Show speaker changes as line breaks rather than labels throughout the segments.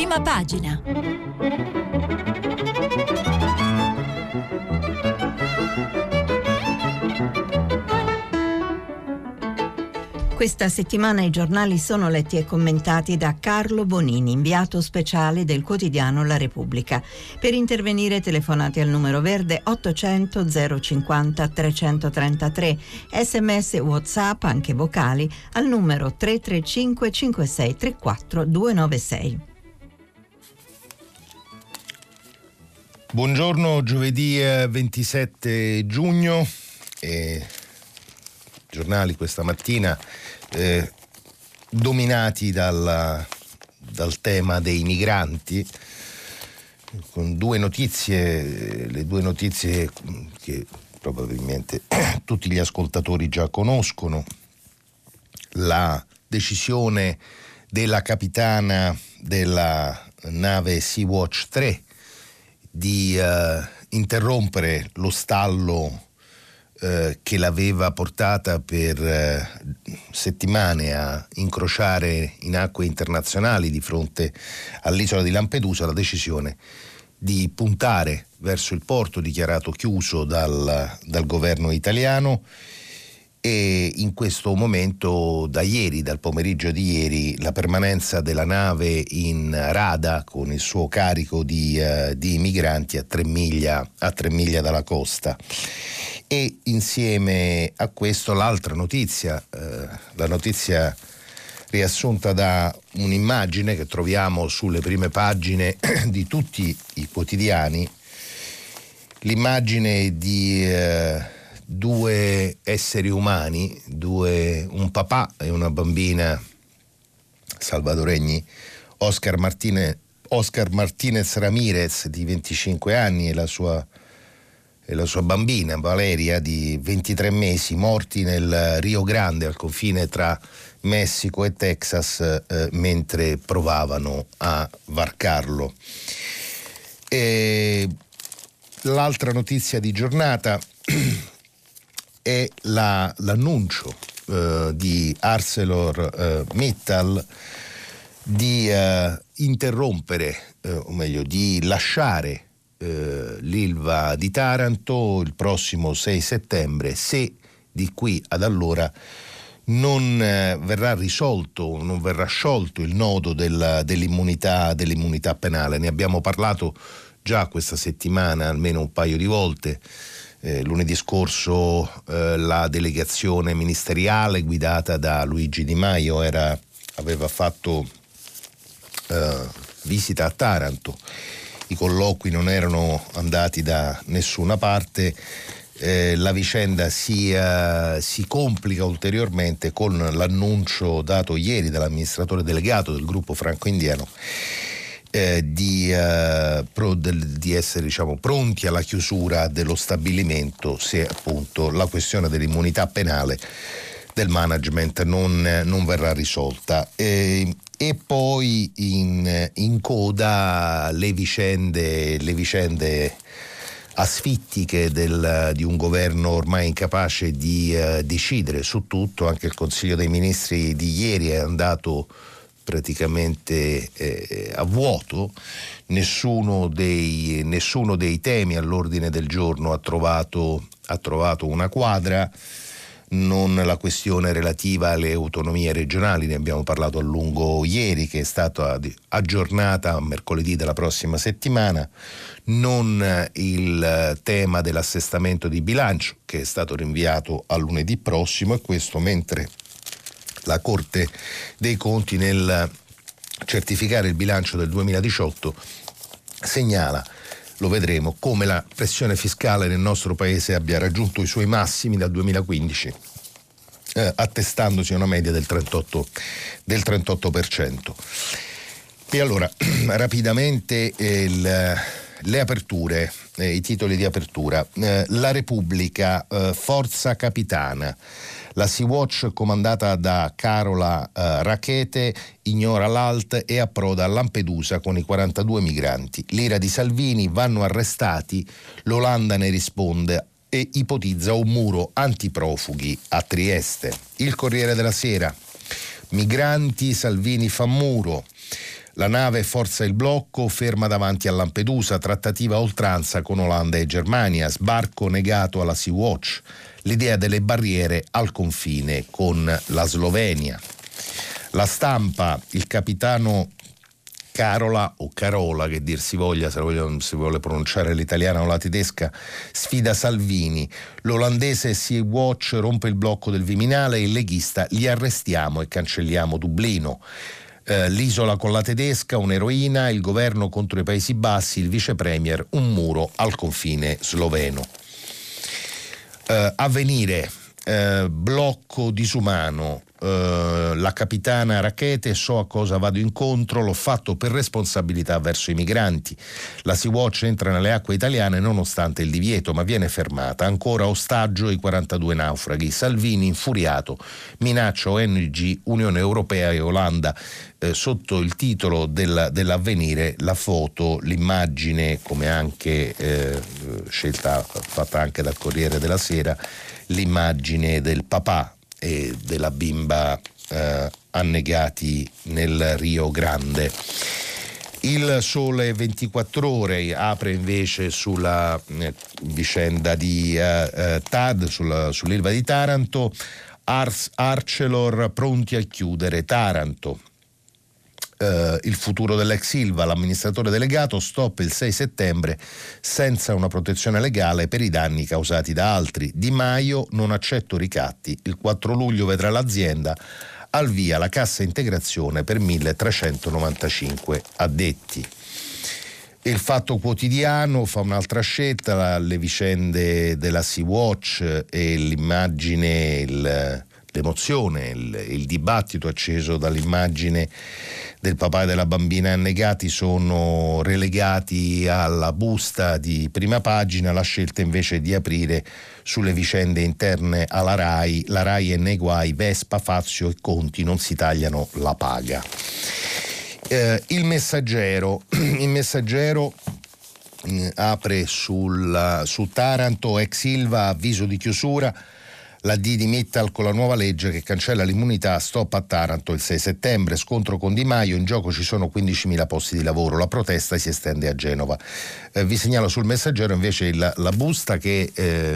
Prima pagina. Questa settimana i giornali sono letti e commentati da Carlo Bonini, inviato speciale del quotidiano La Repubblica. Per intervenire telefonate al numero verde 800 050 333, sms WhatsApp anche vocali al numero 335 56 34 296.
Buongiorno, giovedì 27 giugno. Giornali questa mattina dominati dal tema dei migranti, con due notizie, le due notizie che probabilmente tutti gli ascoltatori già conoscono: la decisione della capitana della nave Sea-Watch 3 di interrompere lo stallo che l'aveva portata per settimane a incrociare in acque internazionali di fronte all'isola di Lampedusa, la decisione di puntare verso il porto dichiarato chiuso dal governo italiano. E in questo momento, da ieri, dal pomeriggio di ieri, la permanenza della nave in rada con il suo carico di migranti a 3 miglia dalla costa. E insieme a questo l'altra notizia, la notizia riassunta da un'immagine che troviamo sulle prime pagine di tutti i quotidiani, l'immagine di due esseri umani, un papà e una bambina salvadoregni, Oscar Martinez Ramirez di 25 anni e la sua bambina Valeria di 23 mesi, morti nel Rio Grande al confine tra Messico e Texas mentre provavano a varcarlo. E l'altra notizia di giornata è l'annuncio di ArcelorMittal di interrompere, o meglio di lasciare l'Ilva di Taranto il prossimo 6 settembre se di qui ad allora non verrà sciolto il nodo dell'immunità penale. Ne abbiamo parlato già questa settimana almeno un paio di volte. Lunedì scorso la delegazione ministeriale guidata da Luigi Di Maio aveva fatto visita a Taranto. I colloqui non erano andati da nessuna parte. La vicenda si complica ulteriormente con l'annuncio dato ieri dall'amministratore delegato del gruppo franco-indiano di essere pronti alla chiusura dello stabilimento se appunto la questione dell'immunità penale del management non verrà risolta. E poi in coda le vicende asfittiche di un governo ormai incapace di decidere su tutto. Anche il Consiglio dei Ministri di ieri è andato praticamente a vuoto. Nessuno dei temi all'ordine del giorno ha trovato una quadra. Non la questione relativa alle autonomie regionali, ne abbiamo parlato a lungo ieri, che è stata aggiornata a mercoledì della prossima settimana, non il tema dell'assestamento di bilancio, che è stato rinviato a lunedì prossimo, e questo mentre la Corte dei Conti nel certificare il bilancio del 2018 segnala, lo vedremo, come la pressione fiscale nel nostro paese abbia raggiunto i suoi massimi dal 2015, attestandosi a una media del 38%. E allora, rapidamente le aperture, i titoli di apertura. La Repubblica, Forza Capitana. La Sea-Watch comandata da Carola Rackete ignora l'ALT e approda a Lampedusa con i 42 migranti. L'ira di Salvini, vanno arrestati, l'Olanda ne risponde e ipotizza un muro antiprofughi a Trieste. Il Corriere della Sera, migranti, Salvini fa muro. La nave forza il blocco, ferma davanti a Lampedusa, trattativa a oltranza con Olanda e Germania, sbarco negato alla Sea-Watch, l'idea delle barriere al confine con la Slovenia. La Stampa, il capitano Carola o Carola, che dir si voglia, se si vuole pronunciare l'italiana o la tedesca, sfida Salvini. L'olandese Sea-Watch rompe il blocco del Viminale, il leghista: li arrestiamo e cancelliamo Dublino. L'isola con la tedesca, un'eroina, il governo contro i Paesi Bassi, il vice premier, un muro al confine sloveno. Avvenire, blocco disumano, la capitana Rackete: so a cosa vado incontro, l'ho fatto per responsabilità verso i migranti. La Sea-Watch entra nelle acque italiane nonostante il divieto, ma viene fermata. Ancora ostaggio i 42 naufraghi. Salvini infuriato minaccia ONG, Unione Europea e Olanda. Sotto il titolo dell'Avvenire la foto, l'immagine, come anche scelta fatta anche dal Corriere della Sera, l'immagine del papà e della bimba annegati nel Rio Grande. Il Sole 24 Ore apre invece sulla vicenda di TAD, sull'Ilva di Taranto. Arcelor pronti a chiudere Taranto. Il futuro dell'ex Ilva, l'amministratore delegato: stop il 6 settembre senza una protezione legale per i danni causati da altri. Di Maio: non accetto ricatti. Il 4 luglio vedrà l'azienda al via la cassa integrazione per 1395 addetti. Il Fatto Quotidiano fa un'altra scelta, le vicende della Sea-Watch e l'immagine, l'emozione, il dibattito acceso dall'immagine del papà e della bambina annegati sono relegati alla busta di prima pagina. La scelta invece di aprire sulle vicende interne alla RAI. La RAI è nei guai, Vespa, Fazio e Conti non si tagliano la paga. Il Messaggero apre su Taranto, ex Ilva, avviso di chiusura. La D di Mittal con la nuova legge che cancella l'immunità, stop a Taranto il 6 settembre, scontro con Di Maio, in gioco ci sono 15.000 posti di lavoro, la protesta si estende a Genova. Vi segnalo sul Messaggero invece la busta che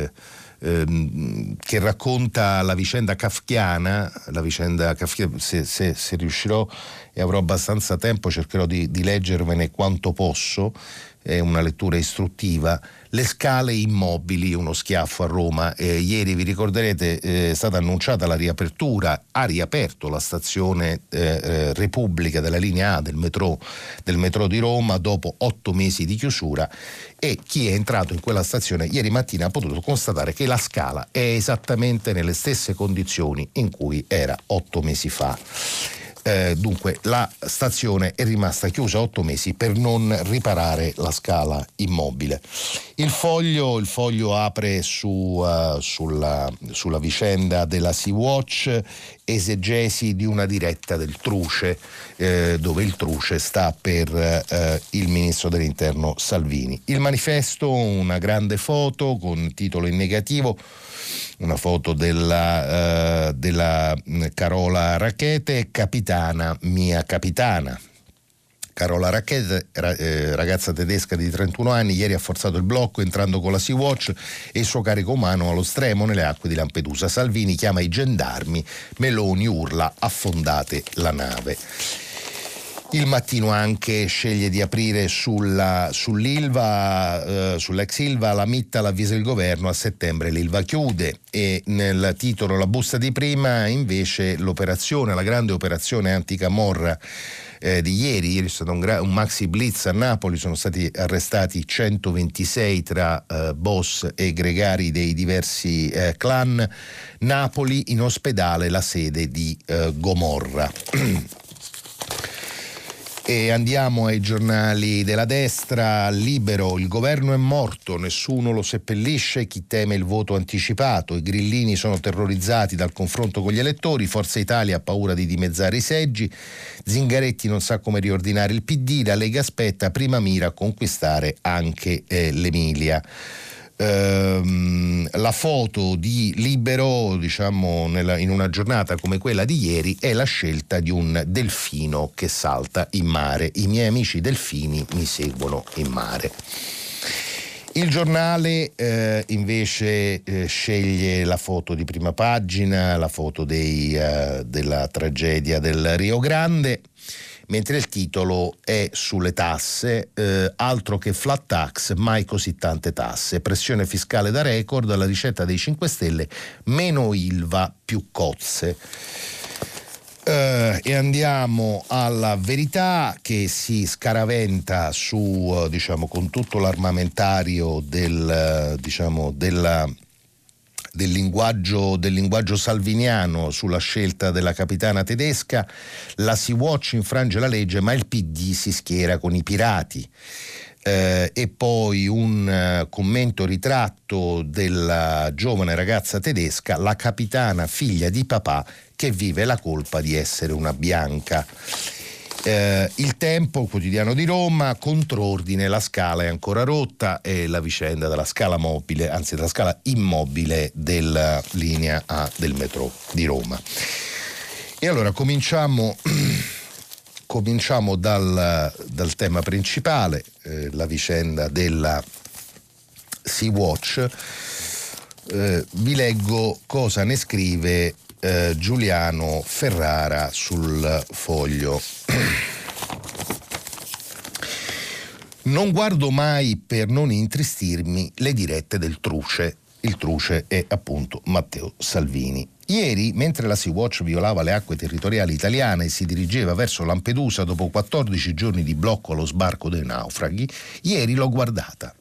racconta la vicenda kafkiana, se riuscirò e avrò abbastanza tempo cercherò di leggervene quanto posso, è una lettura istruttiva. Le scale immobili, uno schiaffo a Roma. Ieri vi ricorderete è stata annunciata la riapertura, ha riaperto la stazione Repubblica della linea A del metro di Roma dopo 8 mesi di chiusura, e chi è entrato in quella stazione ieri mattina ha potuto constatare che la scala è esattamente nelle stesse condizioni in cui era 8 mesi fa. Dunque la stazione è rimasta chiusa 8 mesi per non riparare la scala immobile. Il foglio apre sulla vicenda della Sea-Watch, esegesi di una diretta del Truce, dove il Truce sta per il ministro dell'Interno Salvini. Il Manifesto, una grande foto con titolo in negativo, una foto della Carola Rackete: capitana, mia capitana. Carola Rackete, ragazza tedesca di 31 anni, ieri ha forzato il blocco entrando con la Sea-Watch e il suo carico umano allo stremo nelle acque di Lampedusa. Salvini chiama i gendarmi, Meloni urla: affondate la nave. Il Mattino anche sceglie di aprire sull'Ilva, sull'ex Ilva. La Mittal avvisa il governo, a settembre l'Ilva chiude, e nel titolo La busta di prima invece la grande operazione anticamorra di ieri è stato un maxi blitz a Napoli, sono stati arrestati 126 tra boss e gregari dei diversi clan. Napoli, in ospedale la sede di Gomorra. E andiamo ai giornali della destra. Libero: il governo è morto, nessuno lo seppellisce, chi teme il voto anticipato, i grillini sono terrorizzati dal confronto con gli elettori, Forza Italia ha paura di dimezzare i seggi, Zingaretti non sa come riordinare il PD, la Lega aspetta, prima mira a conquistare anche l'Emilia. La foto di Libero, diciamo, in una giornata come quella di ieri, è la scelta di un delfino che salta in mare. I miei amici delfini mi seguono in mare. Il giornale invece sceglie la foto di prima pagina, la foto della tragedia del Rio Grande, mentre il titolo è sulle tasse, altro che flat tax, mai così tante tasse, pressione fiscale da record, la ricetta dei 5 Stelle, meno Ilva, più cozze. E andiamo alla Verità, che si scaraventa su, diciamo, con tutto l'armamentario del linguaggio salviniano sulla scelta della capitana tedesca. La Sea-Watch infrange la legge, ma il PD si schiera con i pirati. E poi un commento ritratto della giovane ragazza tedesca, la capitana figlia di papà che vive la colpa di essere una bianca. Il Tempo, quotidiano di Roma, contrordine, la scala è ancora rotta, e la vicenda della scala mobile, anzi della scala immobile della linea A del metro di Roma. E allora cominciamo dal tema principale, la vicenda della Sea-Watch. Vi leggo cosa ne scrive Giuliano Ferrara sul Foglio. Non guardo mai, per non intristirmi, le dirette del Truce. Il Truce è appunto Matteo Salvini. Ieri, mentre la Sea-Watch violava le acque territoriali italiane e si dirigeva verso Lampedusa dopo 14 giorni di blocco allo sbarco dei naufraghi, ieri l'ho guardata.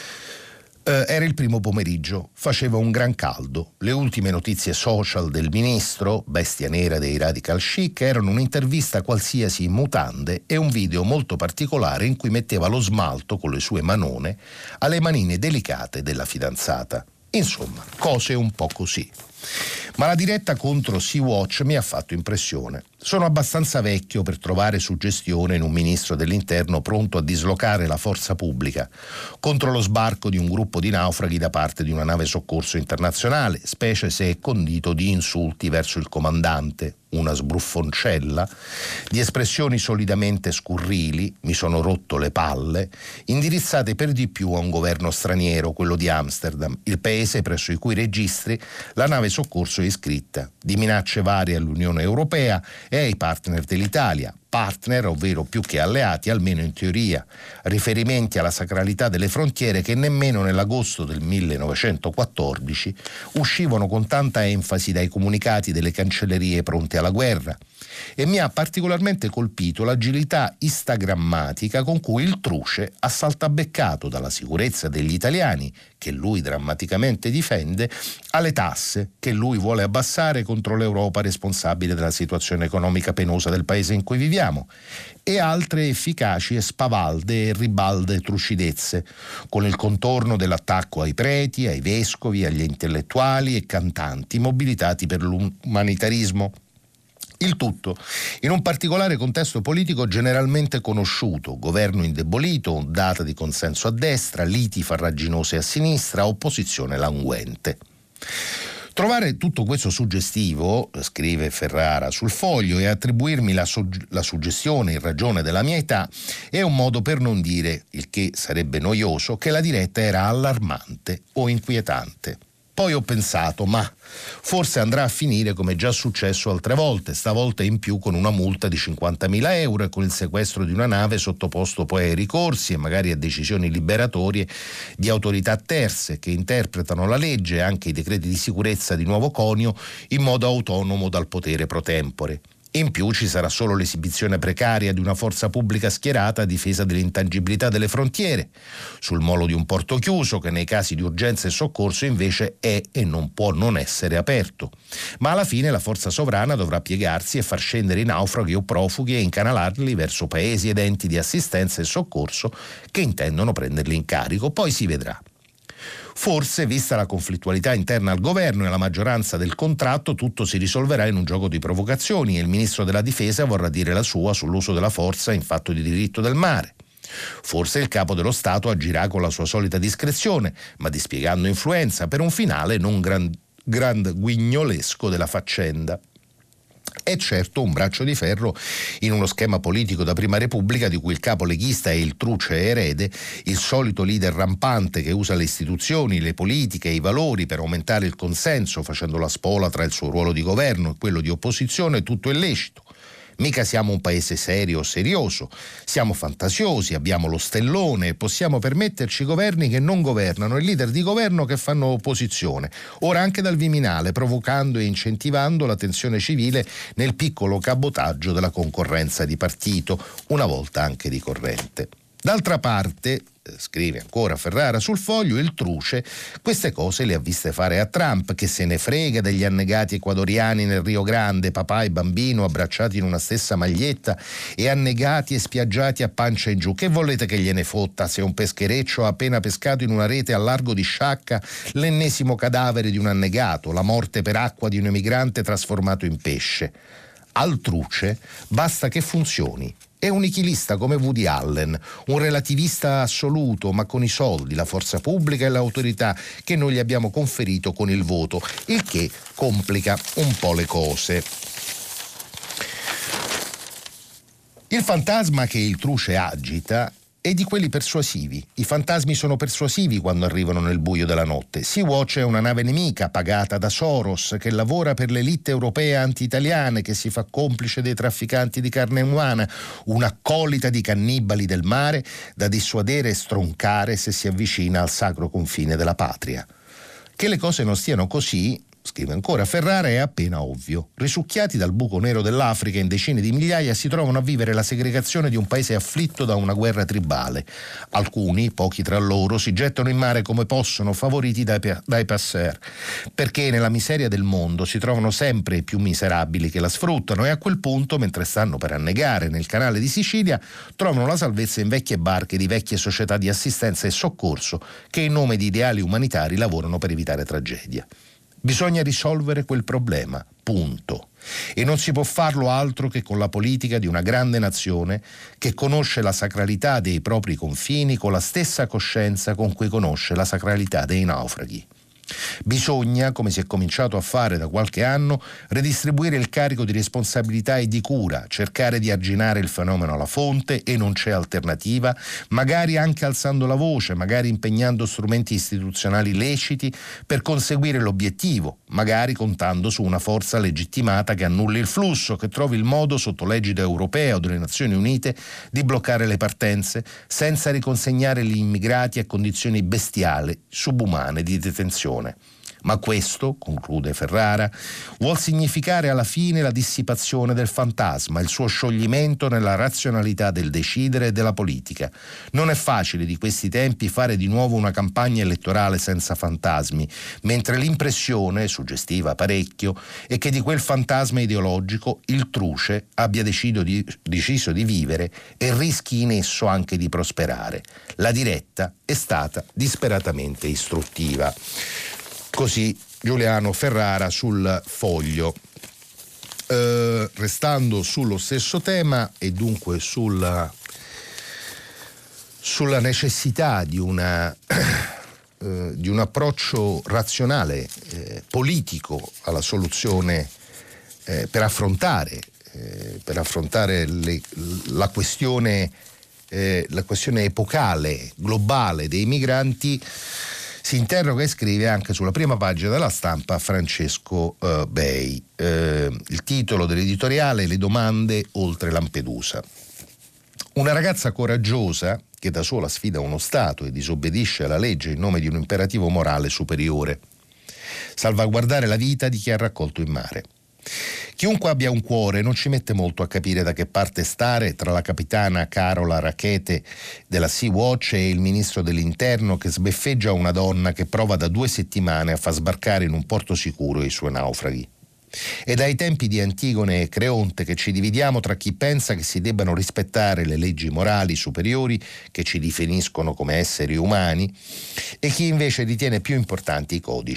Era il primo pomeriggio, faceva un gran caldo. Le ultime notizie social del ministro, bestia nera dei radical chic, erano un'intervista qualsiasi in mutande e un video molto particolare in cui metteva lo smalto con le sue manone alle manine delicate della fidanzata. Insomma, cose un po' così. Ma la diretta contro Sea-Watch mi ha fatto impressione. Sono abbastanza vecchio per trovare suggestione in un ministro dell'interno pronto a dislocare la forza pubblica contro lo sbarco di un gruppo di naufraghi da parte di una nave soccorso internazionale, specie se è condito di insulti verso il comandante, una sbruffoncella, di espressioni solidamente scurrili, mi sono rotto le palle, indirizzate per di più a un governo straniero, quello di Amsterdam, il paese presso i cui registri la nave soccorso è iscritta, di minacce varie all'Unione Europea e ai partner dell'Italia, partner, ovvero più che alleati, almeno in teoria, riferimenti alla sacralità delle frontiere che nemmeno nell'agosto del 1914 uscivano con tanta enfasi dai comunicati delle cancellerie pronte alla guerra. E mi ha particolarmente colpito l'agilità instagrammatica con cui il Truce ha saltabeccato dalla sicurezza degli italiani, che lui drammaticamente difende, alle tasse che lui vuole abbassare contro l'Europa responsabile della situazione economica penosa del paese in cui viviamo, e altre efficaci e spavalde e ribalde trucidezze, con il contorno dell'attacco ai preti, ai vescovi, agli intellettuali e cantanti mobilitati per l'umanitarismo. Il tutto in un particolare contesto politico generalmente conosciuto: governo indebolito, ondata di consenso a destra, liti farraginose a sinistra, opposizione languente. Trovare tutto questo suggestivo, scrive Ferrara sul Foglio, e attribuirmi la suggestione in ragione della mia età è un modo per non dire, il che sarebbe noioso, che la diretta era allarmante o inquietante. Poi ho pensato, ma forse andrà a finire come già successo altre volte, stavolta in più con una multa di 50.000 euro e con il sequestro di una nave sottoposto poi ai ricorsi e magari a decisioni liberatorie di autorità terze che interpretano la legge e anche i decreti di sicurezza di nuovo conio in modo autonomo dal potere pro tempore. In più ci sarà solo l'esibizione precaria di una forza pubblica schierata a difesa dell'intangibilità delle frontiere, sul molo di un porto chiuso che nei casi di urgenza e soccorso invece è e non può non essere aperto. Ma alla fine la forza sovrana dovrà piegarsi e far scendere i naufraghi o profughi e incanalarli verso paesi ed enti di assistenza e soccorso che intendono prenderli in carico. Poi si vedrà. Forse, vista la conflittualità interna al governo e la maggioranza del contratto, tutto si risolverà in un gioco di provocazioni e il ministro della difesa vorrà dire la sua sull'uso della forza in fatto di diritto del mare. Forse il capo dello Stato agirà con la sua solita discrezione, ma dispiegando influenza per un finale non guignolesco della faccenda. È certo un braccio di ferro in uno schema politico da Prima Repubblica di cui il capo leghista è il truce erede, il solito leader rampante che usa le istituzioni, le politiche e i valori per aumentare il consenso, facendo la spola tra il suo ruolo di governo e quello di opposizione, tutto illecito. Mica siamo un paese serio o serioso, siamo fantasiosi, abbiamo lo stellone e possiamo permetterci governi che non governano e leader di governo che fanno opposizione, ora anche dal Viminale, provocando e incentivando la tensione civile nel piccolo cabotaggio della concorrenza di partito, una volta anche ricorrente. D'altra parte, scrive ancora Ferrara sul Foglio, il truce queste cose le ha viste fare a Trump, che se ne frega degli annegati ecuadoriani nel Rio Grande, papà e bambino abbracciati in una stessa maglietta e annegati e spiaggiati a pancia in giù. Che volete che gliene fotta se un peschereccio ha appena pescato in una rete al largo di Sciacca l'ennesimo cadavere di un annegato, la morte per acqua di un emigrante trasformato in pesce? Al truce basta che funzioni. È un nichilista come Woody Allen, un relativista assoluto, ma con i soldi, la forza pubblica e l'autorità che noi gli abbiamo conferito con il voto, il che complica un po' le cose. Il fantasma che il truce agita è di quelli persuasivi. I fantasmi sono persuasivi quando arrivano nel buio della notte. Sea-Watch è una nave nemica pagata da Soros che lavora per l'elite europea anti-italiane, che si fa complice dei trafficanti di carne umana, un'accolita di cannibali del mare da dissuadere e stroncare se si avvicina al sacro confine della patria. Che le cose non stiano così, scrive ancora Ferrara, è appena ovvio. Risucchiati dal buco nero dell'Africa in decine di migliaia si trovano a vivere la segregazione di un paese afflitto da una guerra tribale. Alcuni, pochi tra loro, si gettano in mare come possono, favoriti dai passeur, perché nella miseria del mondo si trovano sempre i più miserabili che la sfruttano e a quel punto, mentre stanno per annegare nel canale di Sicilia, trovano la salvezza in vecchie barche di vecchie società di assistenza e soccorso che in nome di ideali umanitari lavorano per evitare tragedia. Bisogna risolvere quel problema, punto. E non si può farlo altro che con la politica di una grande nazione che conosce la sacralità dei propri confini con la stessa coscienza con cui conosce la sacralità dei naufraghi. Bisogna, come si è cominciato a fare da qualche anno, redistribuire il carico di responsabilità e di cura, cercare di arginare il fenomeno alla fonte e non c'è alternativa, magari anche alzando la voce, magari impegnando strumenti istituzionali leciti per conseguire l'obiettivo, magari contando su una forza legittimata che annulli il flusso, che trovi il modo sotto l'egida europea o delle Nazioni Unite di bloccare le partenze senza riconsegnare gli immigrati a condizioni bestiali, subumane di detenzione. Ma questo, conclude Ferrara, vuol significare alla fine la dissipazione del fantasma, il suo scioglimento nella razionalità del decidere e della politica. Non è facile di questi tempi fare di nuovo una campagna elettorale senza fantasmi, mentre l'impressione, suggestiva parecchio, è che di quel fantasma ideologico il truce abbia deciso di vivere e rischi in esso anche di prosperare. La diretta è stata disperatamente istruttiva. Così Giuliano Ferrara sul Foglio. Restando sullo stesso tema e dunque sulla necessità di un approccio razionale, politico alla soluzione per affrontare la questione epocale, globale dei migranti, si interroga e scrive anche sulla prima pagina della Stampa Francesco Bei. Il titolo dell'editoriale: Le domande oltre Lampedusa. Una ragazza coraggiosa che da sola sfida uno Stato e disobbedisce alla legge in nome di un imperativo morale superiore. Salvaguardare la vita di chi ha raccolto in mare. Chiunque abbia un cuore non ci mette molto a capire da che parte stare tra la capitana Carola Rackete della Sea-Watch e il ministro dell'Interno che sbeffeggia una donna che prova da 2 settimane a far sbarcare in un porto sicuro i suoi naufraghi. È dai tempi di Antigone e Creonte che ci dividiamo tra chi pensa che si debbano rispettare le leggi morali superiori che ci definiscono come esseri umani e chi invece ritiene più importanti i codici.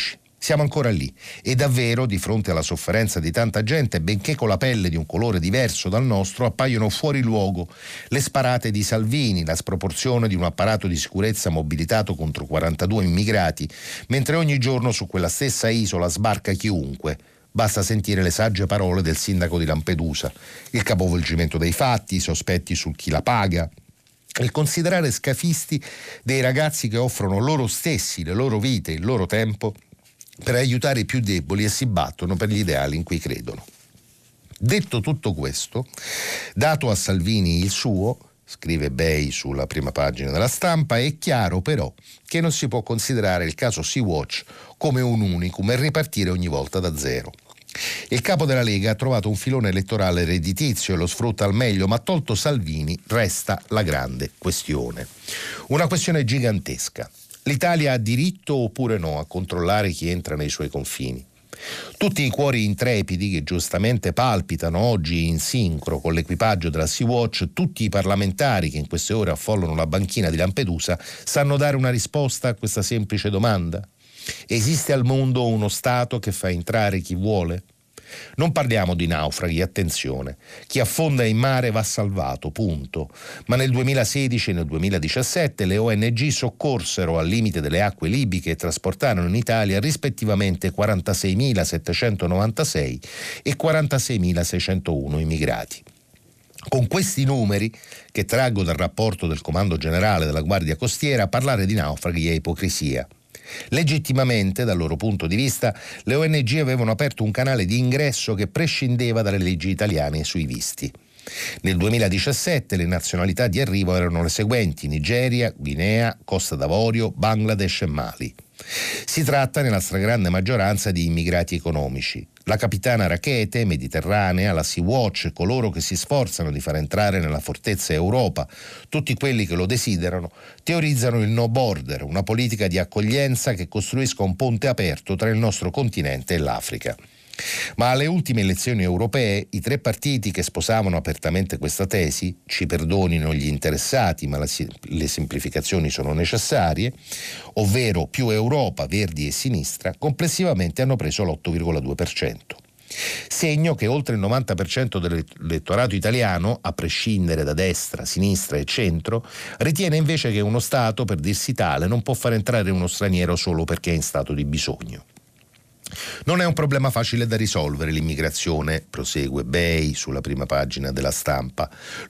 Siamo ancora lì e davvero di fronte alla sofferenza di tanta gente, benché con la pelle di un colore diverso dal nostro, appaiono fuori luogo le sparate di Salvini, la sproporzione di un apparato di sicurezza mobilitato contro 42 immigrati, mentre ogni giorno su quella stessa isola sbarca chiunque. Basta sentire le sagge parole del sindaco di Lampedusa, il capovolgimento dei fatti, i sospetti su chi la paga, il considerare scafisti dei ragazzi che offrono loro stessi, le loro vite, il loro tempo per aiutare i più deboli e si battono per gli ideali in cui credono. Detto tutto questo, dato a Salvini il suo, scrive Bei sulla prima pagina della Stampa, è chiaro però che non si può considerare il caso Sea-Watch come un unicum e ripartire ogni volta da zero. Il capo della Lega ha trovato un filone elettorale redditizio e lo sfrutta al meglio, ma tolto Salvini resta la grande questione. Una questione gigantesca. L'Italia ha diritto oppure no a controllare chi entra nei suoi confini? Tutti i cuori intrepidi che giustamente palpitano oggi in sincro con l'equipaggio della Sea-Watch, tutti i parlamentari che in queste ore affollano la banchina di Lampedusa, sanno dare una risposta a questa semplice domanda? Esiste al mondo uno Stato che fa entrare chi vuole? Non parliamo di naufraghi, attenzione. Chi affonda in mare va salvato, punto. Ma nel 2016 e nel 2017 le ONG soccorsero al limite delle acque libiche e trasportarono in Italia rispettivamente 46.796 e 46.601 immigrati. Con questi numeri, che traggo dal rapporto del Comando Generale della Guardia Costiera, parlare di naufraghi è ipocrisia. Legittimamente, dal loro punto di vista, le ONG avevano aperto un canale di ingresso che prescindeva dalle leggi italiane sui visti. Nel 2017 le nazionalità di arrivo erano le seguenti: Nigeria, Guinea, Costa d'Avorio, Bangladesh e Mali. Si tratta nella stragrande maggioranza di immigrati economici. La capitana Rackete, Mediterranea, la Sea-Watch, coloro che si sforzano di far entrare nella fortezza Europa tutti quelli che lo desiderano, teorizzano il no border, una politica di accoglienza che costruisca un ponte aperto tra il nostro continente e l'Africa. Ma alle ultime elezioni europee i tre partiti che sposavano apertamente questa tesi, ci perdonino gli interessati ma le semplificazioni sono necessarie, ovvero più Europa, Verdi e Sinistra, complessivamente hanno preso l'8,2%. Segno che oltre il 90% dell'elettorato italiano, a prescindere da destra, sinistra e centro, ritiene invece che uno Stato, per dirsi tale, non può far entrare uno straniero solo perché è in stato di bisogno. Non è un problema facile da risolvere l'immigrazione, prosegue Bei sulla prima pagina della Stampa.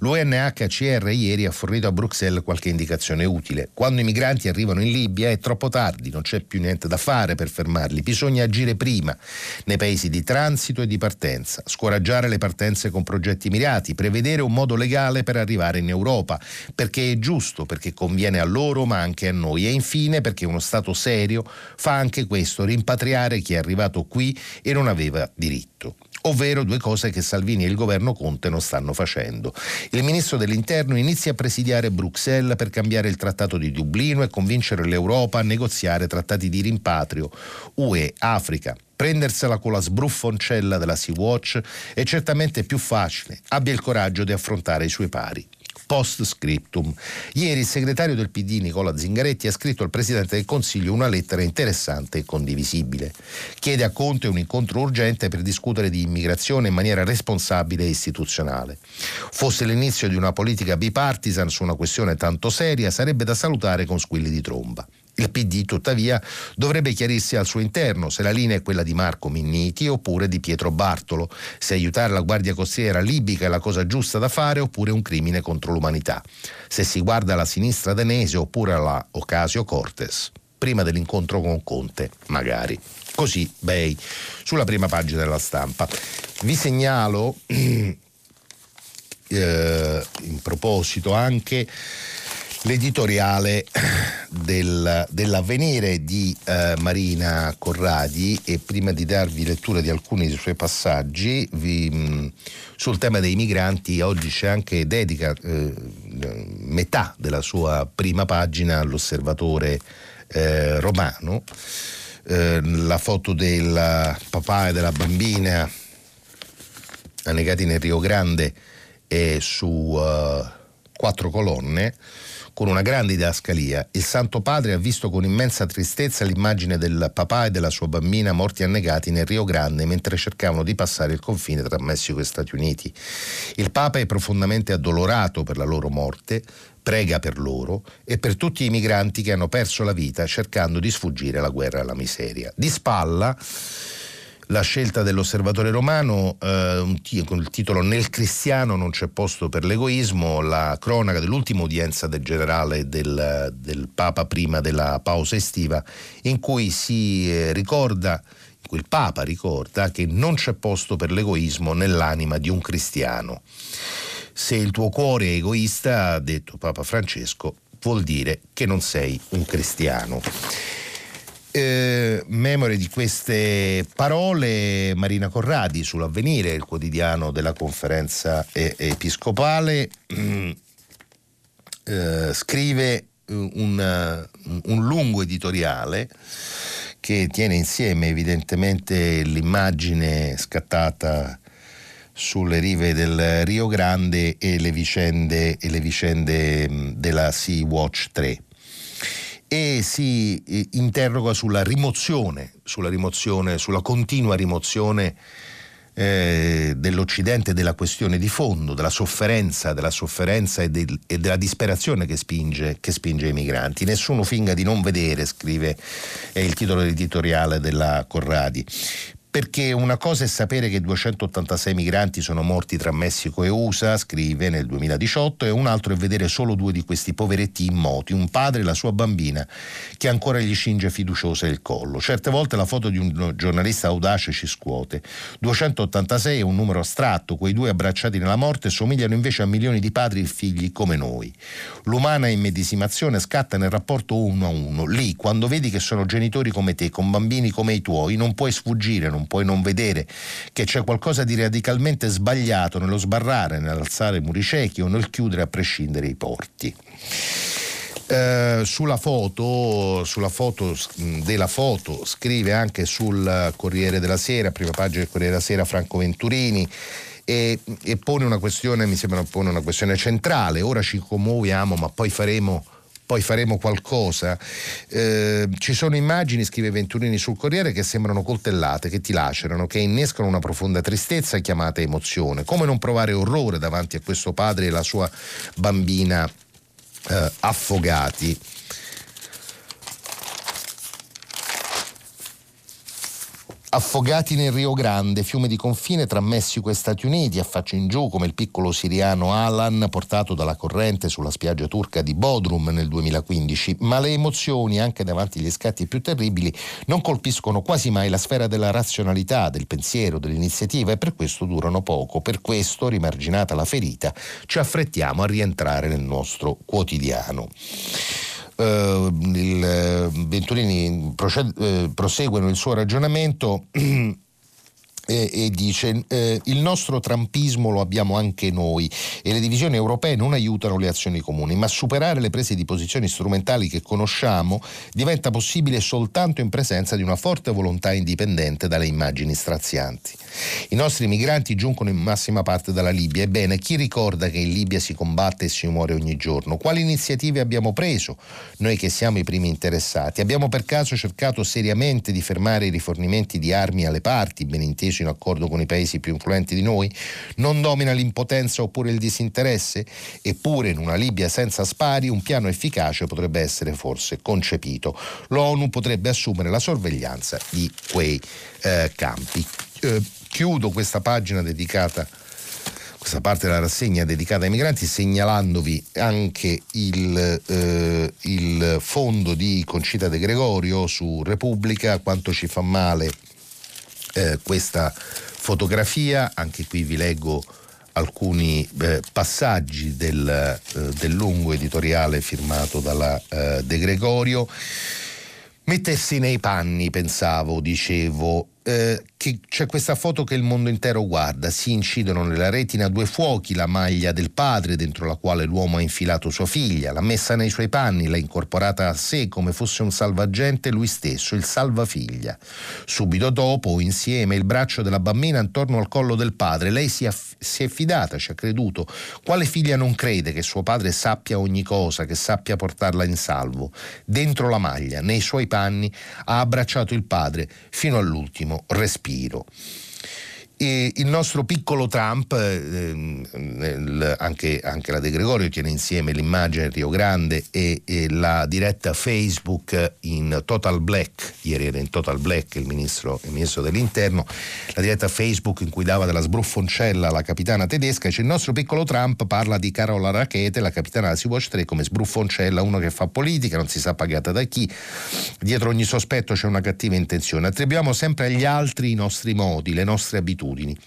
L'UNHCR ieri ha fornito a Bruxelles qualche indicazione utile. Quando i migranti arrivano in Libia è troppo tardi, non c'è più niente da fare per fermarli, bisogna agire prima, nei paesi di transito e di partenza, scoraggiare le partenze con progetti mirati, prevedere un modo legale per arrivare in Europa, perché è giusto, perché conviene a loro ma anche a noi, e infine perché uno Stato serio fa anche questo, rimpatriare chi è arrivato qui e non aveva diritto. Ovvero due cose che Salvini e il governo Conte non stanno facendo. Il ministro dell'Interno inizia a presidiare Bruxelles per cambiare il trattato di Dublino e convincere l'Europa a negoziare trattati di rimpatrio UE-Africa. Prendersela con la sbruffoncella della Sea-Watch è certamente più facile. Abbia il coraggio di affrontare i suoi pari. Post scriptum. Ieri il segretario del PD Nicola Zingaretti ha scritto al Presidente del Consiglio una lettera interessante e condivisibile. Chiede a Conte un incontro urgente per discutere di immigrazione in maniera responsabile e istituzionale. Fosse l'inizio di una politica bipartisan su una questione tanto seria, sarebbe da salutare con squilli di tromba. Il PD, tuttavia, dovrebbe chiarirsi al suo interno se la linea è quella di Marco Minniti oppure di Pietro Bartolo, se aiutare la Guardia Costiera libica è la cosa giusta da fare oppure un crimine contro l'umanità, se si guarda alla sinistra danese oppure alla Ocasio-Cortez. Prima dell'incontro con Conte, magari. Così, Bei, sulla prima pagina della Stampa. Vi segnalo, in proposito, anche l'editoriale dell'Avvenire di Marina Corradi, e prima di darvi lettura di alcuni dei suoi passaggi sul tema dei migranti oggi c'è anche dedica metà della sua prima pagina all'Osservatore romano, la foto del papà e della bambina annegati nel Rio Grande è su 4 colonne, con una grande didascalia. Il Santo Padre ha visto con immensa tristezza l'immagine del papà e della sua bambina morti annegati nel Rio Grande mentre cercavano di passare il confine tra Messico e Stati Uniti. Il Papa è profondamente addolorato per la loro morte, prega per loro e per tutti i migranti che hanno perso la vita cercando di sfuggire alla guerra e alla miseria. Di spalla la scelta dell'Osservatore Romano con il titolo "Nel cristiano non c'è posto per l'egoismo", la cronaca dell'ultima udienza del generale del Papa prima della pausa estiva, in cui il Papa ricorda che non c'è posto per l'egoismo nell'anima di un cristiano. Se il tuo cuore è egoista, ha detto Papa Francesco, vuol dire che non sei un cristiano. Memore di queste parole Marina Corradi sull'Avvenire, il quotidiano della Conferenza Episcopale, scrive un lungo editoriale che tiene insieme evidentemente l'immagine scattata sulle rive del Rio Grande e le vicende della Sea-Watch 3. E si interroga sulla continua rimozione dell'Occidente della questione di fondo, della sofferenza e della disperazione che spinge i migranti. Nessuno finga di non vedere, scrive, è il titolo dell'editoriale della Corradi. Perché una cosa è sapere che 286 migranti sono morti tra Messico e USA, scrive, nel 2018, e un altro è vedere solo 2 di questi poveretti immoti, un padre e la sua bambina che ancora gli scinge fiduciosa il collo. Certe volte la foto di un giornalista audace ci scuote. 286 è un numero astratto, quei 2 abbracciati nella morte somigliano invece a milioni di padri e figli come noi. L'umana immedesimazione scatta nel rapporto 1 a 1. Lì, quando vedi che sono genitori come te, con bambini come i tuoi, non puoi sfuggire, non puoi non vedere che c'è qualcosa di radicalmente sbagliato nello sbarrare, nell'alzare muri ciechi o nel chiudere a prescindere i porti. Sulla foto scrive anche sul Corriere della Sera, prima pagina del Corriere della Sera, Franco Venturini, e pone una questione, mi sembra pone una questione centrale. Ora ci commuoviamo, ma poi faremo qualcosa. Ci sono immagini, scrive Venturini sul Corriere, che sembrano coltellate, che ti lacerano, che innescano una profonda tristezza chiamata emozione. Come non provare orrore davanti a questo padre e la sua bambina affogati? Affogati nel Rio Grande, fiume di confine tra Messico e Stati Uniti, a faccia in giù come il piccolo siriano Alan portato dalla corrente sulla spiaggia turca di Bodrum nel 2015, ma le emozioni, anche davanti agli scatti più terribili, non colpiscono quasi mai la sfera della razionalità, del pensiero, dell'iniziativa, e per questo durano poco. Per questo, rimarginata la ferita, ci affrettiamo a rientrare nel nostro quotidiano. Venturini prosegue nel suo ragionamento e dice: il nostro trampismo lo abbiamo anche noi e le divisioni europee non aiutano le azioni comuni, ma superare le prese di posizioni strumentali che conosciamo diventa possibile soltanto in presenza di una forte volontà indipendente dalle immagini strazianti. I nostri migranti giungono in massima parte dalla Libia. Ebbene, chi ricorda che in Libia si combatte e si muore ogni giorno? Quali iniziative abbiamo preso, noi che siamo i primi interessati? Abbiamo per caso cercato seriamente di fermare i rifornimenti di armi alle parti, ben inteso in accordo con i paesi più influenti di noi? Non domina l'impotenza oppure il disinteresse? Eppure in una Libia senza spari un piano efficace potrebbe essere forse concepito. L'ONU potrebbe assumere la sorveglianza di quei campi. Chiudo questa pagina dedicata, questa parte della rassegna dedicata ai migranti, segnalandovi anche il fondo di Concita De Gregorio su Repubblica. Quanto ci fa male questa fotografia. Anche qui vi leggo alcuni passaggi del lungo editoriale firmato dalla De Gregorio. Mettersi nei panni, pensavo, dicevo, che c'è questa foto che il mondo intero guarda, si incidono nella retina due fuochi, la maglia del padre dentro la quale l'uomo ha infilato sua figlia, l'ha messa nei suoi panni, l'ha incorporata a sé come fosse un salvagente lui stesso, il salvafiglia. Subito dopo o insieme il braccio della bambina intorno al collo del padre, lei si è fidata, ci ha creduto. Quale figlia non crede che suo padre sappia ogni cosa, che sappia portarla in salvo? Dentro la maglia, nei suoi panni, ha abbracciato il padre fino all'ultimo respiro. E il nostro piccolo Trump, anche la De Gregorio tiene insieme l'immagine Rio Grande e la diretta Facebook in Total Black. Ieri era in Total Black il ministro dell'interno, la diretta Facebook in cui dava della sbruffoncella alla capitana tedesca. Cioè, il nostro piccolo Trump parla di Carola Rackete, la capitana della Sea-Watch 3, come sbruffoncella, uno che fa politica, non si sa pagata da chi, dietro ogni sospetto c'è una cattiva intenzione. Attribuiamo sempre agli altri i nostri modi, le nostre abitudini.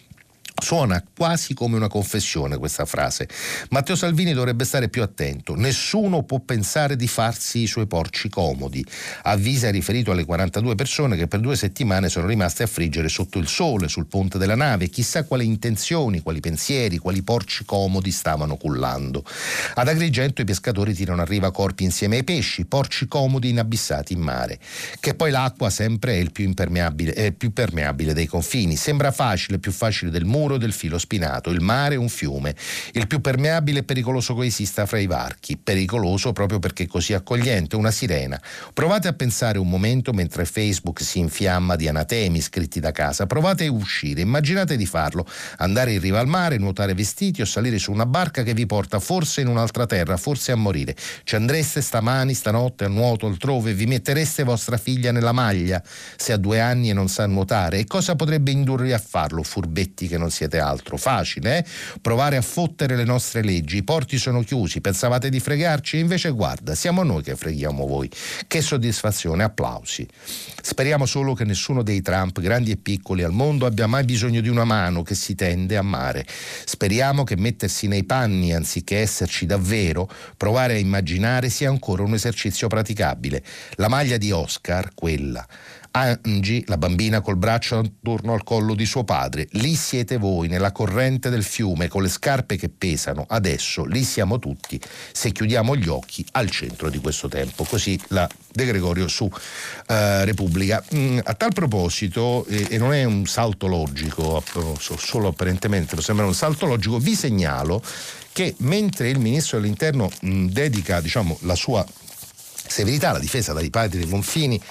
Suona quasi come una confessione questa frase. Matteo Salvini dovrebbe stare più attento. Nessuno può pensare di farsi i suoi porci comodi. Avvisa riferito alle 42 persone che per 2 settimane sono rimaste a friggere sotto il sole sul ponte della nave. Chissà quali intenzioni, quali pensieri, quali porci comodi stavano cullando. Ad Agrigento i pescatori tirano a riva corpi insieme ai pesci, porci comodi inabissati in mare. Che poi l'acqua sempre è il più permeabile dei confini. Sembra facile, più facile del muro del filo spinato. Il mare è un fiume, il più permeabile e pericoloso che esista fra i varchi, pericoloso proprio perché è così accogliente, una sirena. Provate a pensare un momento mentre Facebook si infiamma di anatemi scritti da casa, provate a uscire, immaginate di farlo, andare in riva al mare, nuotare vestiti o salire su una barca che vi porta forse in un'altra terra, forse a morire. Ci andreste stamani, stanotte, a nuoto altrove, vi mettereste vostra figlia nella maglia se ha 2 anni e non sa nuotare? E cosa potrebbe indurvi a farlo, furbetti che non siete altro? Facile, provare a fottere le nostre leggi, i porti sono chiusi, pensavate di fregarci? Invece guarda, siamo noi che freghiamo voi. Che soddisfazione, applausi. Speriamo solo che nessuno dei Trump, grandi e piccoli al mondo, abbia mai bisogno di una mano che si tende a mare. Speriamo che mettersi nei panni anziché esserci davvero, provare a immaginare, sia ancora un esercizio praticabile. La maglia di Oscar, quella. Angie, la bambina col braccio attorno al collo di suo padre. Lì siete voi, nella corrente del fiume, con le scarpe che pesano. Adesso lì siamo tutti, se chiudiamo gli occhi, al centro di questo tempo. Così la De Gregorio su Repubblica. A tal proposito, e non è un salto logico, solo apparentemente lo sembra un salto logico, vi segnalo che mentre il ministro dell'interno dedica, la sua severità alla difesa dai padri dei confini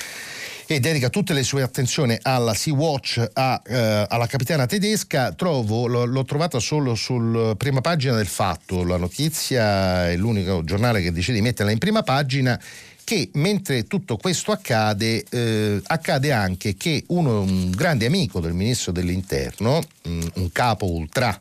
e dedica tutte le sue attenzioni alla Sea-Watch, alla capitana tedesca, l'ho trovata solo sulla prima pagina del Fatto. La notizia è l'unico giornale che decide di metterla in prima pagina, che mentre tutto questo accade anche che un grande amico del ministro dell'interno, un capo ultra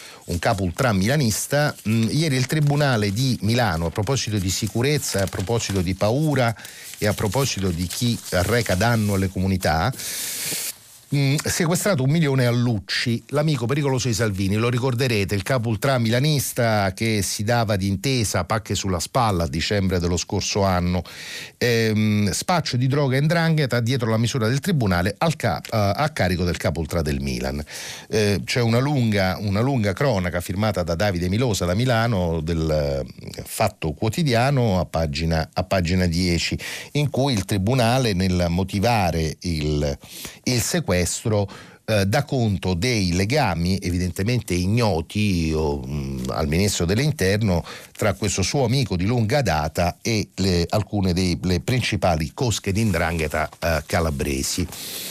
milanista, ieri il Tribunale di Milano, a proposito di sicurezza, a proposito di paura e a proposito di chi arreca danno alle comunità, sequestrato 1 milione a Lucci, l'amico pericoloso di Salvini. Lo ricorderete, il capo ultra milanista che si dava di intesa pacche sulla spalla a dicembre dello scorso anno, spaccio di droga e 'ndrangheta dietro la misura del tribunale a carico del capo ultra del Milan. C'è una lunga cronaca firmata da Davide Milosa da Milano del Fatto Quotidiano a pagina 10, in cui il tribunale, nel motivare il sequestro, dà conto dei legami evidentemente ignoti al ministro dell'interno tra questo suo amico di lunga data e alcune delle principali cosche di 'ndrangheta calabresi.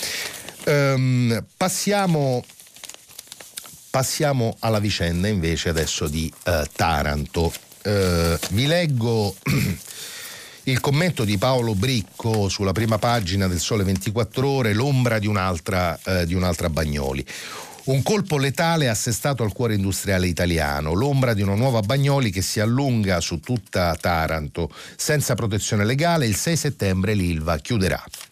Passiamo alla vicenda invece adesso di Taranto. Vi leggo il commento di Paolo Bricco sulla prima pagina del Sole 24 Ore, l'ombra di un'altra Bagnoli. Un colpo letale assestato al cuore industriale italiano, l'ombra di una nuova Bagnoli che si allunga su tutta Taranto. Senza protezione legale, il 6 settembre l'Ilva chiuderà.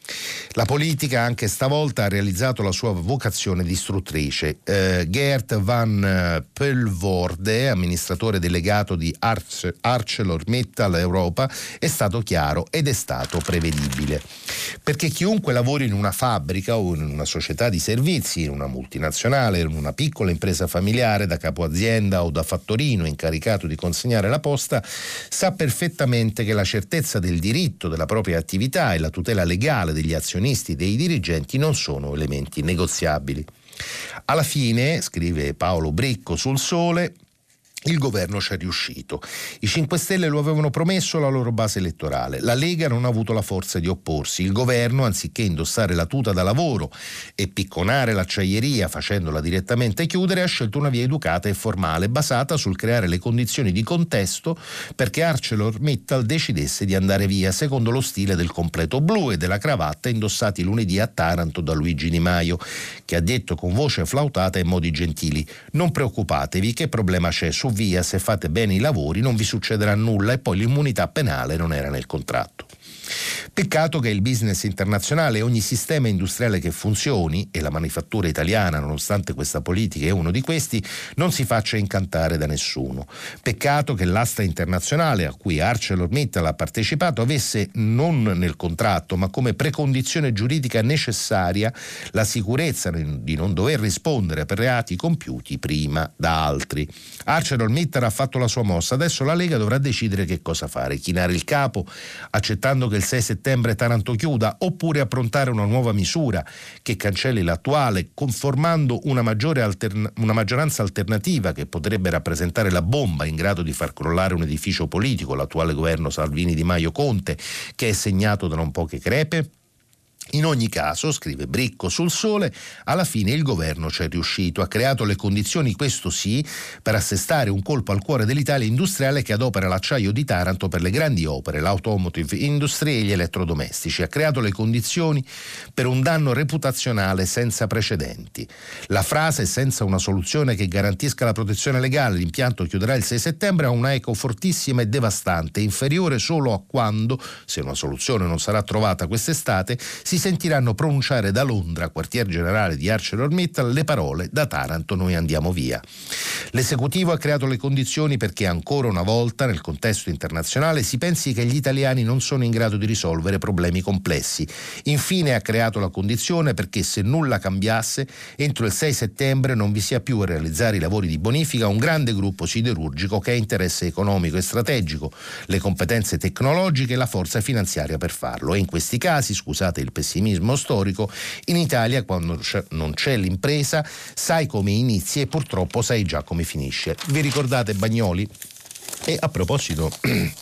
La politica anche stavolta ha realizzato la sua vocazione distruttrice. Geert van Pulvoorde, amministratore delegato di ArcelorMittal Europa, è stato chiaro ed è stato prevedibile. Perché chiunque lavori in una fabbrica o in una società di servizi, in una multinazionale, in una piccola impresa familiare, da capo azienda o da fattorino incaricato di consegnare la posta, sa perfettamente che la certezza del diritto della propria attività e la tutela legale degli azionisti dei dirigenti non sono elementi negoziabili. Alla fine, scrive Paolo Bricco sul Sole, il governo ci è riuscito. I 5 Stelle lo avevano promesso alla loro base elettorale. La Lega non ha avuto la forza di opporsi. Il governo, anziché indossare la tuta da lavoro e picconare l'acciaieria facendola direttamente chiudere, ha scelto una via educata e formale basata sul creare le condizioni di contesto perché ArcelorMittal decidesse di andare via secondo lo stile del completo blu e della cravatta indossati lunedì a Taranto da Luigi Di Maio, che ha detto con voce flautata e modi gentili: non preoccupatevi, che problema c'è, su via, se fate bene i lavori non vi succederà nulla, e poi l'immunità penale non era nel contratto. Peccato che il business internazionale e ogni sistema industriale che funzioni, e la manifattura italiana, nonostante questa politica è uno di questi, non si faccia incantare da nessuno. Peccato che l'asta internazionale a cui ArcelorMittal ha partecipato avesse non nel contratto ma come precondizione giuridica necessaria la sicurezza di non dover rispondere per reati compiuti prima da altri. ArcelorMittal ha fatto la sua mossa, adesso la Lega dovrà decidere che cosa fare: chinare il capo accettando che il 6 settembre Taranto chiuda, oppure approntare una nuova misura che cancelli l'attuale, conformando una maggioranza alternativa che potrebbe rappresentare la bomba in grado di far crollare un edificio politico, l'attuale governo Salvini-Di Maio-Conte, che è segnato da non poche crepe? In ogni caso, scrive Bricco sul Sole, alla fine il governo ci è riuscito, ha creato le condizioni, questo sì, per assestare un colpo al cuore dell'Italia industriale che adopera l'acciaio di Taranto per le grandi opere, l'automotive industry e gli elettrodomestici, ha creato le condizioni per un danno reputazionale senza precedenti. La frase "senza una soluzione che garantisca la protezione legale l'impianto chiuderà il 6 settembre" ha una eco fortissima e devastante, inferiore solo a quando, se una soluzione non sarà trovata quest'estate, si sentiranno pronunciare da Londra, quartier generale di ArcelorMittal, le parole "da Taranto noi andiamo via". L'esecutivo ha creato le condizioni perché ancora una volta nel contesto internazionale si pensi che gli italiani non sono in grado di risolvere problemi complessi. Infine ha creato la condizione perché, se nulla cambiasse, entro il 6 settembre non vi sia più a realizzare i lavori di bonifica un grande gruppo siderurgico che ha interesse economico e strategico, le competenze tecnologiche e la forza finanziaria per farlo. E in questi casi, scusate il pessimismo storico, in Italia quando non c'è l'impresa sai come inizi e purtroppo sai già come finisce. Vi ricordate Bagnoli? E a proposito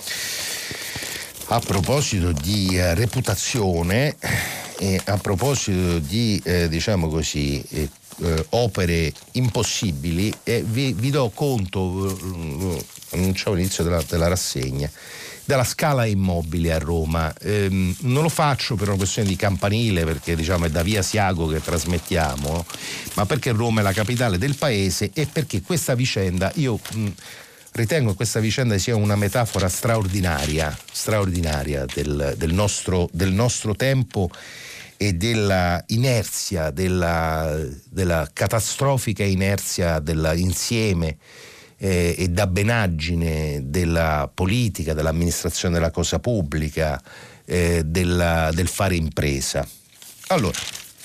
di reputazione e a proposito di diciamo così opere impossibili, vi do conto, annunciavo all'inizio della rassegna, della Scala Immobili a Roma. Non lo faccio per una questione di campanile, perché diciamo è da via Siago che trasmettiamo, ma perché Roma è la capitale del paese e perché questa vicenda, io ritengo che questa vicenda sia una metafora straordinaria del nostro tempo e della inerzia, della catastrofica inerzia dell'insieme e dabbenaggine della politica, dell'amministrazione della cosa pubblica, del fare impresa. Allora,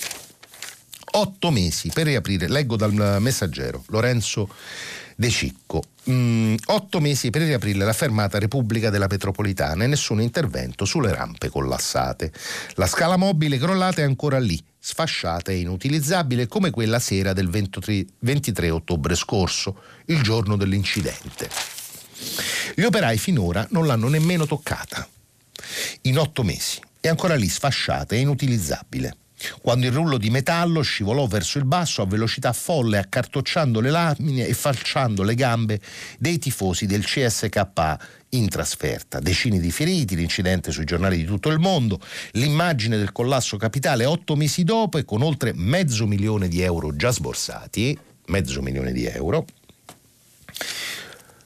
8 mesi per riaprire, leggo dal Messaggero, Lorenzo De Cicco, 8 mesi per riaprire la fermata Repubblica della metropolitana e nessun intervento sulle rampe collassate. La scala mobile crollata è ancora lì, sfasciata e inutilizzabile come quella sera del 23 ottobre scorso, il giorno dell'incidente. Gli operai finora non l'hanno nemmeno toccata. In 8 mesi è ancora lì, sfasciata e inutilizzabile. Quando il rullo di metallo scivolò verso il basso a velocità folle, accartocciando le lamine e falciando le gambe dei tifosi del CSKA in trasferta. Decine di feriti, l'incidente sui giornali di tutto il mondo, l'immagine del collasso capitale 8 mesi dopo e con oltre €500.000 già sborsati,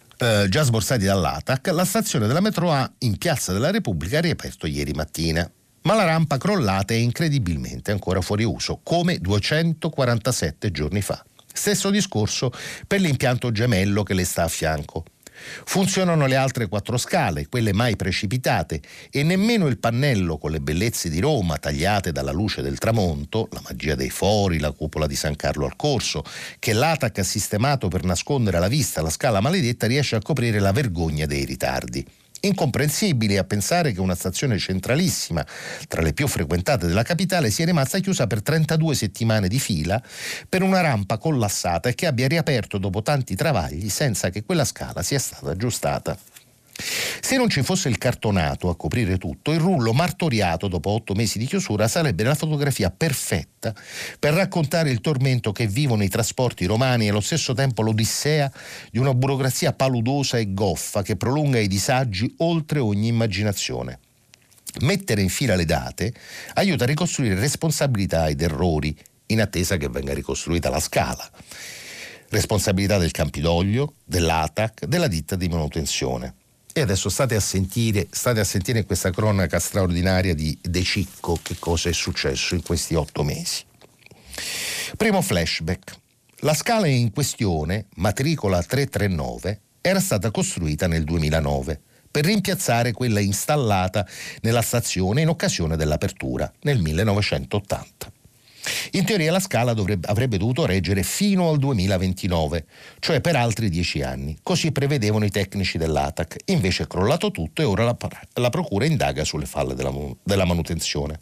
già sborsati dall'ATAC, la stazione della metro A in Piazza della Repubblica ha riaperto ieri mattina. ma la rampa crollata è incredibilmente ancora fuori uso, come 247 giorni fa. Stesso discorso per l'impianto gemello che le sta a fianco. Funzionano le altre 4 scale, quelle mai precipitate, e nemmeno il pannello con le bellezze di Roma tagliate dalla luce del tramonto, la magia dei fori, la cupola di San Carlo al Corso, che l'ATAC ha sistemato per nascondere alla vista la scala maledetta, riesce a coprire la vergogna dei ritardi. Incomprensibile a pensare che una stazione centralissima, tra le più frequentate della capitale, sia rimasta chiusa per 32 settimane di fila per una rampa collassata e che abbia riaperto dopo tanti travagli senza che quella scala sia stata aggiustata. Se non ci fosse il cartonato a coprire tutto, il rullo martoriato dopo 8 mesi di chiusura sarebbe la fotografia perfetta per raccontare il tormento che vivono i trasporti romani e allo stesso tempo l'odissea di una burocrazia paludosa e goffa che prolunga i disagi oltre ogni immaginazione. Mettere in fila le date aiuta a ricostruire responsabilità ed errori in attesa che venga ricostruita la scala. Responsabilità del Campidoglio, dell'ATAC, della ditta di manutenzione. E adesso state a sentire in questa cronaca straordinaria di De Cicco che cosa è successo in questi 8 mesi. Primo flashback. La scala in questione, matricola 339, era stata costruita nel 2009 per rimpiazzare quella installata nella stazione in occasione dell'apertura nel 1980. In teoria la scala avrebbe dovuto reggere fino al 2029, cioè per altri 10 anni. Così prevedevano i tecnici dell'ATAC. Invece è crollato tutto e ora la procura indaga sulle falle della manutenzione.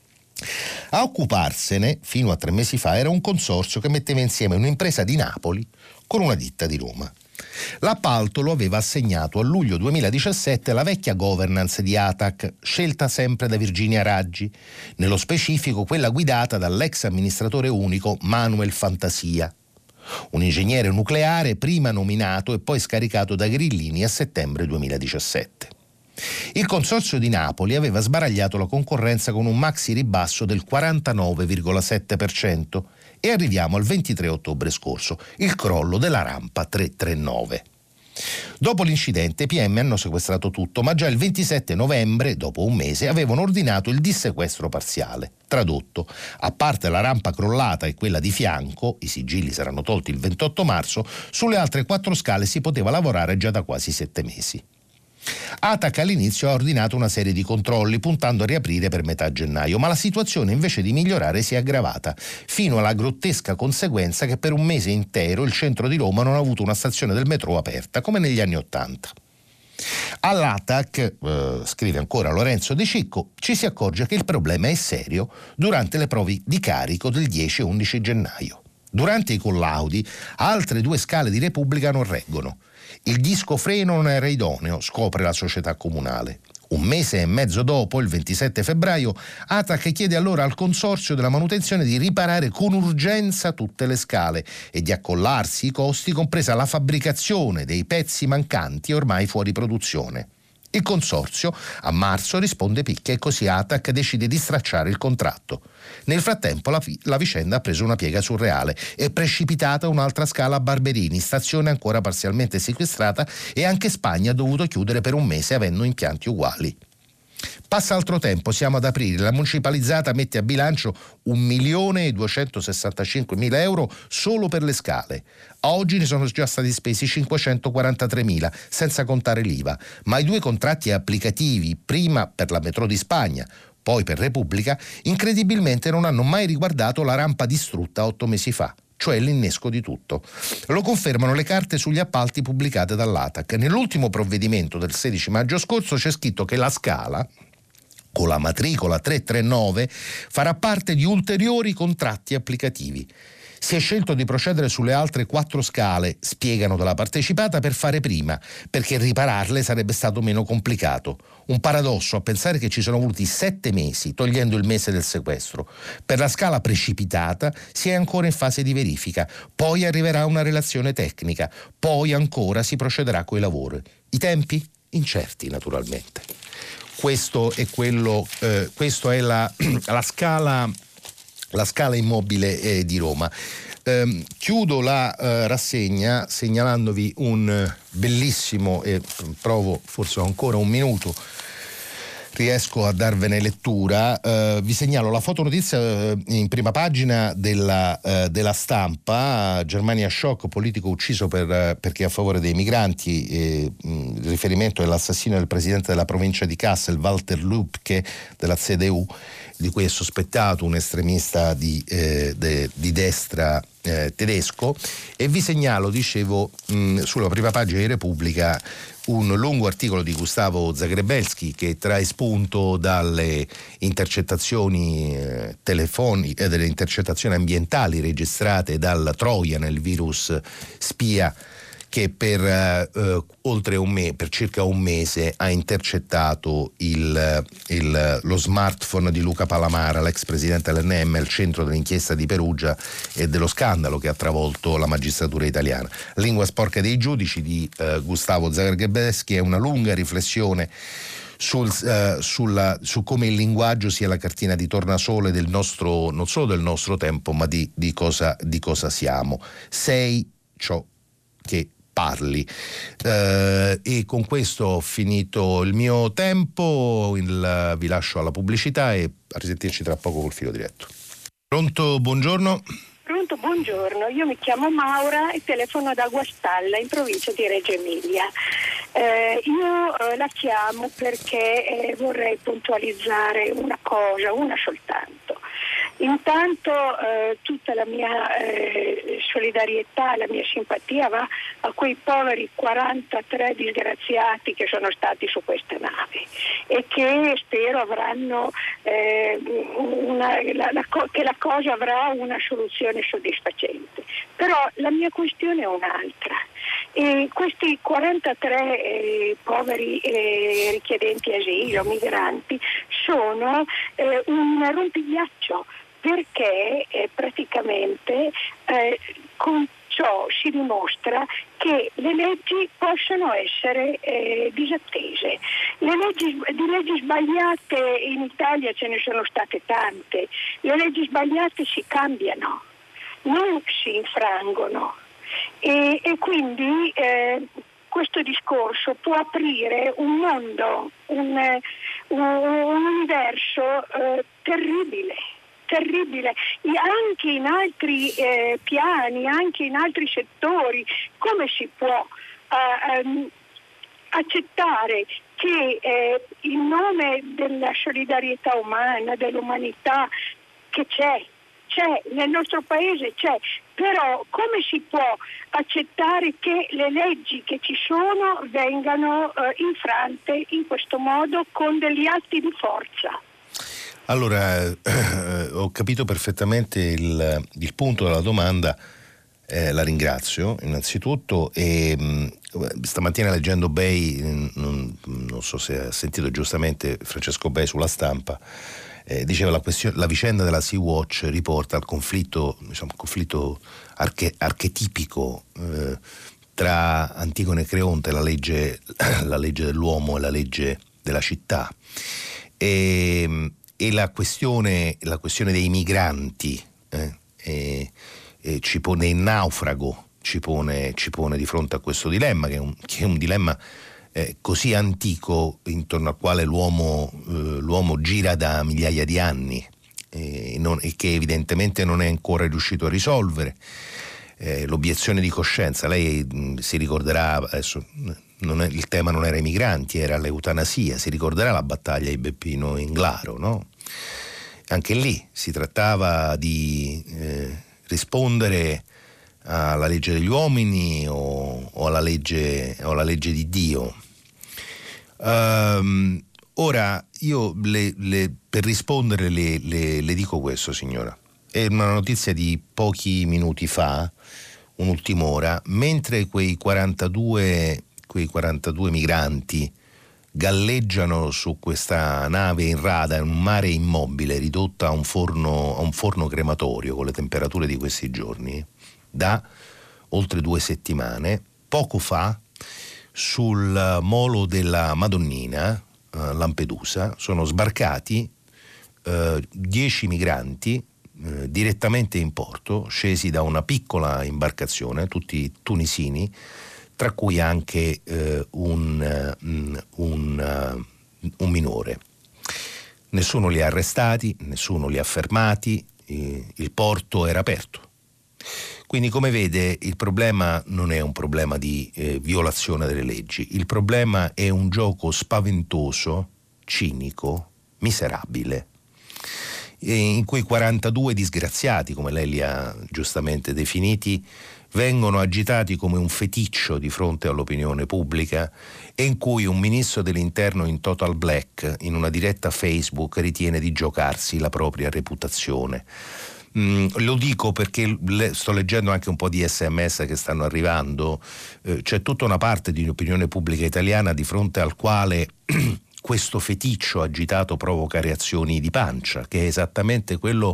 A occuparsene, fino a 3 mesi fa, era un consorzio che metteva insieme un'impresa di Napoli con una ditta di Roma. L'appalto lo aveva assegnato a luglio 2017 la vecchia governance di ATAC, scelta sempre da Virginia Raggi, nello specifico quella guidata dall'ex amministratore unico Manuel Fantasia, un ingegnere nucleare prima nominato e poi scaricato da Grillini a settembre 2017. Il consorzio di Napoli aveva sbaragliato la concorrenza con un maxi ribasso del 49,7%. E arriviamo al 23 ottobre scorso, il crollo della rampa 339. Dopo l'incidente i PM hanno sequestrato tutto, ma già il 27 novembre, dopo un mese, avevano ordinato il dissequestro parziale. Tradotto, a parte la rampa crollata e quella di fianco, i sigilli saranno tolti il 28 marzo, sulle altre 4 scale si poteva lavorare già da quasi 7 mesi. ATAC all'inizio ha ordinato una serie di controlli puntando a riaprire per metà gennaio, ma la situazione invece di migliorare si è aggravata fino alla grottesca conseguenza che per un mese intero il centro di Roma non ha avuto una stazione del metro aperta come negli anni '80. All'ATAC, scrive ancora Lorenzo De Cicco, ci si accorge che il problema è serio durante le prove di carico del 10 e 11 gennaio. Durante i collaudi altre 2 scale di Repubblica non reggono. Il disco freno non era idoneo, scopre la società comunale. Un mese e mezzo dopo, il 27 febbraio, ATAC chiede allora al consorzio della manutenzione di riparare con urgenza tutte le scale e di accollarsi i costi, compresa la fabbricazione dei pezzi mancanti ormai fuori produzione. Il consorzio a marzo risponde picchia e così ATAC decide di stracciare il contratto. Nel frattempo la vicenda ha preso una piega surreale. È precipitata un'altra scala a Barberini, stazione ancora parzialmente sequestrata, e anche Spagna ha dovuto chiudere per un mese avendo impianti uguali. Passa altro tempo, siamo ad aprile, la municipalizzata mette a bilancio 1.265.000 euro solo per le scale. Oggi ne sono già stati spesi 543.000, senza contare l'IVA, ma i 2 contratti applicativi, prima per la metro di Spagna, poi per Repubblica, incredibilmente non hanno mai riguardato la rampa distrutta 8 mesi fa, cioè l'innesco di tutto. Lo confermano le carte sugli appalti pubblicate dall'ATAC. Nell'ultimo provvedimento del 16 maggio scorso c'è scritto che la scala, con la matricola 339, farà parte di ulteriori contratti applicativi. Si è scelto di procedere sulle altre 4 scale, spiegano dalla partecipata, per fare prima, perché ripararle sarebbe stato meno complicato. Un paradosso a pensare che ci sono voluti 7 mesi, togliendo il mese del sequestro. Per la scala precipitata si è ancora in fase di verifica, poi arriverà una relazione tecnica, poi ancora si procederà coi lavori. I tempi? Incerti, naturalmente. Questo è la scala immobile di Roma. Chiudo la rassegna segnalandovi un bellissimo, e provo, forse ho ancora un minuto, riesco a darvene lettura. Vi segnalo la fotonotizia in prima pagina della Stampa. Germania shock, politico ucciso perché è a favore dei migranti. Il riferimento è all'assassino del presidente della provincia di Kassel, Walter Lübke, della CDU, di cui è sospettato un estremista di destra tedesco. E vi segnalo, dicevo, sulla prima pagina di Repubblica un lungo articolo di Gustavo Zagrebelsky che trae spunto dalle intercettazioni telefoniche, delle intercettazioni ambientali registrate dal Trojan, il virus spia che per circa un mese ha intercettato lo smartphone di Luca Palamara, l'ex presidente dell'ENEM, al centro dell'inchiesta di Perugia e dello scandalo che ha travolto la magistratura italiana. Lingua sporca dei giudici di Gustavo Zagrebelsky è una lunga riflessione su come il linguaggio sia la cartina di tornasole del nostro, non solo del nostro tempo, ma di cosa siamo. Sei ciò che parli. E con questo ho finito il mio tempo, vi lascio alla pubblicità e a risentirci tra poco col filo diretto. Pronto, buongiorno.
Pronto, buongiorno, io mi chiamo Maura e telefono da Guastalla in provincia di Reggio Emilia. Io la chiamo perché vorrei puntualizzare una cosa, una soltanto. Intanto tutta la mia solidarietà, la mia simpatia va a quei poveri 43 disgraziati che sono stati su questa nave e che spero avranno che la cosa avrà una soluzione soddisfacente. Però la mia questione è un'altra. E questi 43 poveri richiedenti asilo, migranti, sono un rompighiaccio, perché praticamente con ciò si dimostra che le leggi possono essere disattese. Di leggi sbagliate in Italia ce ne sono state tante. Le leggi sbagliate si cambiano, non si infrangono. E quindi questo discorso può aprire un mondo, un universo terribile, anche in altri piani, anche in altri settori. Come si può accettare che in nome della solidarietà umana, dell'umanità che c'è nel nostro paese, però come si può accettare che le leggi che ci sono vengano infrante in questo modo con degli atti di forza?
Allora, ho capito perfettamente il punto della domanda, la ringrazio innanzitutto, e stamattina leggendo Bei, non so se ha sentito giustamente Francesco Bei sulla Stampa, diceva la vicenda della Sea-Watch riporta al conflitto archetipico tra Antigone e Creonte, la legge dell'uomo e la legge della città, e la questione dei migranti ci pone il naufrago, ci pone di fronte a questo dilemma che è un dilemma così antico, intorno al quale l'uomo gira da migliaia di anni e che evidentemente non è ancora riuscito a risolvere. L'obiezione di coscienza, lei si ricorderà, adesso il tema non era i migranti, era l'eutanasia, si ricorderà la battaglia di Beppino Inglaro, no? Anche lì si trattava di rispondere alla legge degli uomini o alla legge di Dio. Ora io per rispondere le dico questo, signora. È una notizia di pochi minuti fa, un'ultima ora, mentre quei 42 migranti galleggiano su questa nave in rada in un mare immobile ridotta a un forno crematorio con le temperature di questi giorni da oltre 2 settimane. Poco fa sul molo della Madonnina Lampedusa sono sbarcati 10 migranti direttamente in porto, scesi da una piccola imbarcazione, tutti tunisini, tra cui anche un minore. Nessuno li ha arrestati, nessuno li ha fermati, il porto era aperto. Quindi, come vede, il problema non è un problema di violazione delle leggi, il problema è un gioco spaventoso, cinico, miserabile, in cui 42 disgraziati, come lei li ha giustamente definiti, vengono agitati come un feticcio di fronte all'opinione pubblica e in cui un ministro dell'interno in total black, in una diretta Facebook, ritiene di giocarsi la propria reputazione. Lo dico perché sto leggendo anche un po' di SMS che stanno arrivando, c'è tutta una parte di opinione pubblica italiana di fronte al quale questo feticcio agitato provoca reazioni di pancia, che è esattamente quello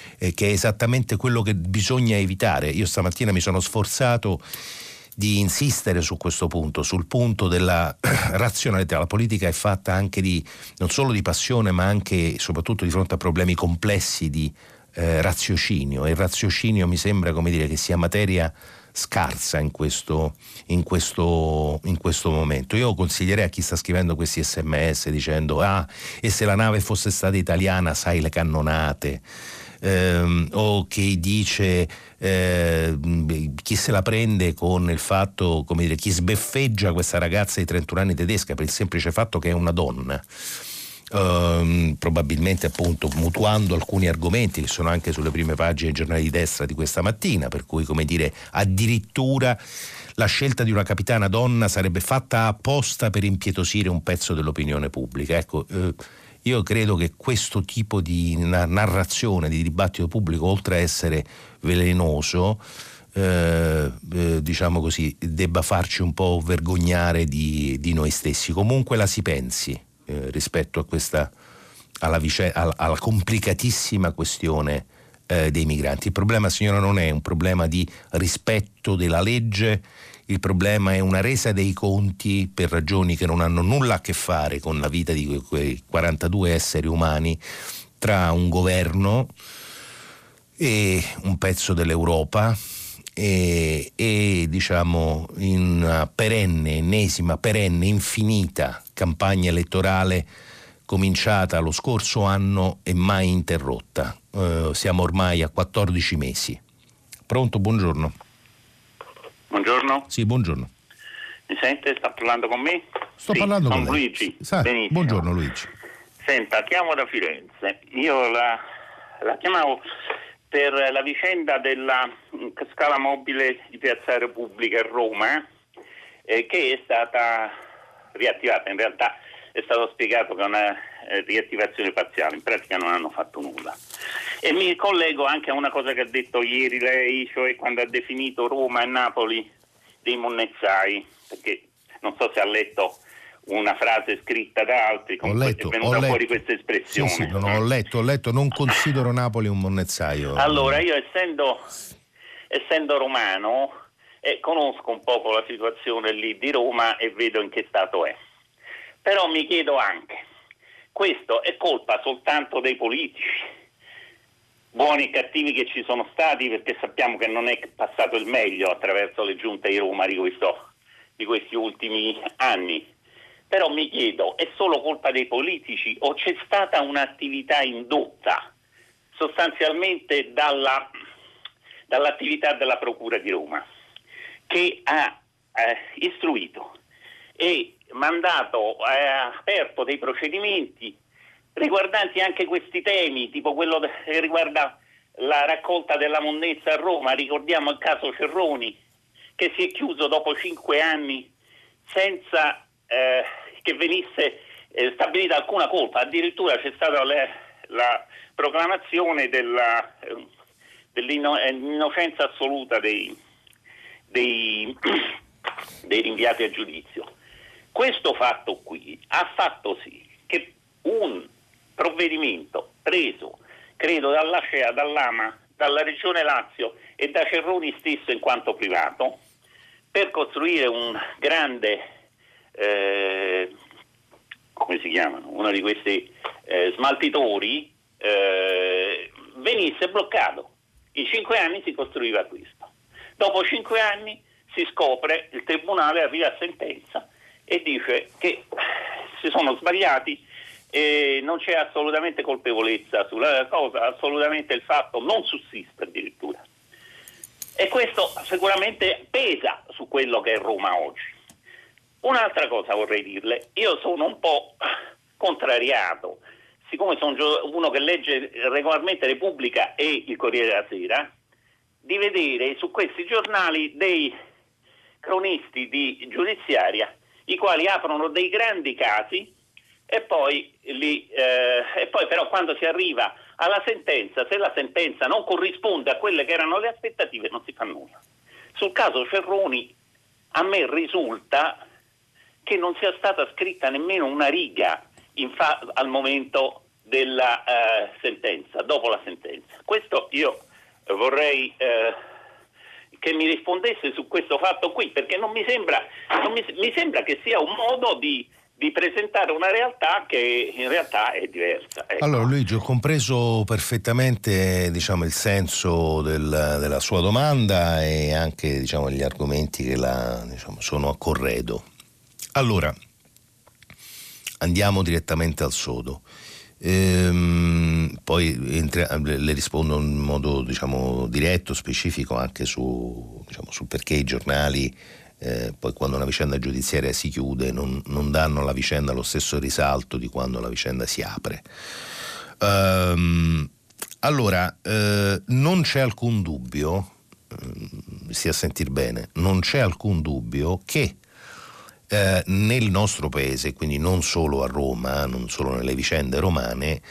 che bisogna evitare. Io stamattina mi sono sforzato di insistere su questo punto, sul punto della razionalità. La politica è fatta anche non solo di passione, ma anche e soprattutto di fronte a problemi complessi di raziocinio, e il raziocinio mi sembra, come dire, che sia materia scarsa in questo momento. Io consiglierei a chi sta scrivendo questi SMS dicendo e se la nave fosse stata italiana, sai, le cannonate, o che dice chi se la prende con il fatto, come dire, chi sbeffeggia questa ragazza di 31 anni tedesca per il semplice fatto che è una donna, probabilmente appunto mutuando alcuni argomenti che sono anche sulle prime pagine dei giornali di destra di questa mattina, per cui, come dire, addirittura la scelta di una capitana donna sarebbe fatta apposta per impietosire un pezzo dell'opinione pubblica. Ecco, io credo che questo tipo di narrazione, di dibattito pubblico, oltre a essere velenoso, diciamo così, debba farci un po' vergognare di noi stessi. Comunque la si pensi rispetto a alla complicatissima questione dei migranti. Il problema, signora, non è un problema di rispetto della legge, il problema è una resa dei conti per ragioni che non hanno nulla a che fare con la vita di quei 42 esseri umani, tra un governo e un pezzo dell'Europa e diciamo in una ennesima, infinita campagna elettorale cominciata lo scorso anno e mai interrotta. Siamo ormai a 14 mesi. Pronto, buongiorno.
Buongiorno.
Sì, buongiorno.
Mi sente? Sta parlando con me?
Sto parlando con lei.
Luigi. Benissimo.
Buongiorno Luigi.
Senta, chiamo da Firenze. Io la chiamavo per la vicenda della scala mobile di Piazza Repubblica a Roma, che è stata riattivata. In realtà è stato spiegato che è una riattivazione parziale, in pratica non hanno fatto nulla. E mi collego anche a una cosa che ha detto ieri lei, cioè quando ha definito Roma e Napoli dei monnezzai, perché non so se ha letto una frase scritta da altri, comunque è venuta fuori questa espressione.
Sì, ho letto, non considero Napoli un monnezzaio.
Allora, io essendo romano conosco un poco la situazione lì di Roma e vedo in che stato è. Però mi chiedo anche, questo è colpa soltanto dei politici, buoni e cattivi che ci sono stati, perché sappiamo che non è passato il meglio attraverso le giunte di Roma di questi ultimi anni. Però mi chiedo, è solo colpa dei politici o c'è stata un'attività indotta sostanzialmente dall'attività della Procura di Roma, che ha istruito e aperto dei procedimenti riguardanti anche questi temi, tipo quello che riguarda la raccolta della monnezza a Roma. Ricordiamo il caso Cerroni, che si è chiuso dopo 5 anni senza che venisse stabilita alcuna colpa. Addirittura c'è stata la proclamazione dell'innocenza assoluta dei rinviati a giudizio. Questo fatto qui ha fatto sì che un provvedimento preso, credo, dall'ACEA, dall'AMA, dalla Regione Lazio e da Cerroni stesso in quanto privato, per costruire un grande, come si chiamano, uno di questi smaltitori, venisse bloccato. In 5 anni si costruiva questo. Dopo 5 anni si scopre, il tribunale arriva a sentenza e dice che si sono sbagliati non c'è assolutamente colpevolezza sulla cosa, assolutamente il fatto non sussiste addirittura. E questo sicuramente pesa su quello che è Roma oggi. Un'altra cosa vorrei dirle, io sono un po' contrariato, siccome sono uno che legge regolarmente Repubblica e il Corriere della Sera, di vedere su questi giornali dei cronisti di giudiziaria i quali aprono dei grandi casi e poi però quando si arriva alla sentenza, se la sentenza non corrisponde a quelle che erano le aspettative, non si fa nulla. Sul caso Cerroni a me risulta che non sia stata scritta nemmeno una riga al momento della sentenza, dopo la sentenza. Questo io vorrei che mi rispondesse su questo fatto qui, perché mi sembra che sia un modo di presentare una realtà che in realtà è diversa. Ecco.
Allora Luigi, ho compreso perfettamente il senso della sua domanda e anche gli argomenti che sono a corredo. Allora, andiamo direttamente al sodo. Poi le rispondo in modo diretto, specifico anche sul perché i giornali poi quando una vicenda giudiziaria si chiude non danno alla vicenda lo stesso risalto di quando la vicenda si apre. Allora, non c'è alcun dubbio, stia a sentir bene, non c'è alcun dubbio che nel nostro paese, quindi non solo a Roma, non solo nelle vicende romane,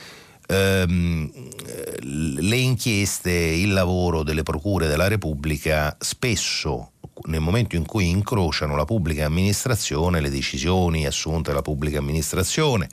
le inchieste, il lavoro delle procure della Repubblica spesso, nel momento in cui incrociano la pubblica amministrazione, le decisioni assunte dalla pubblica amministrazione,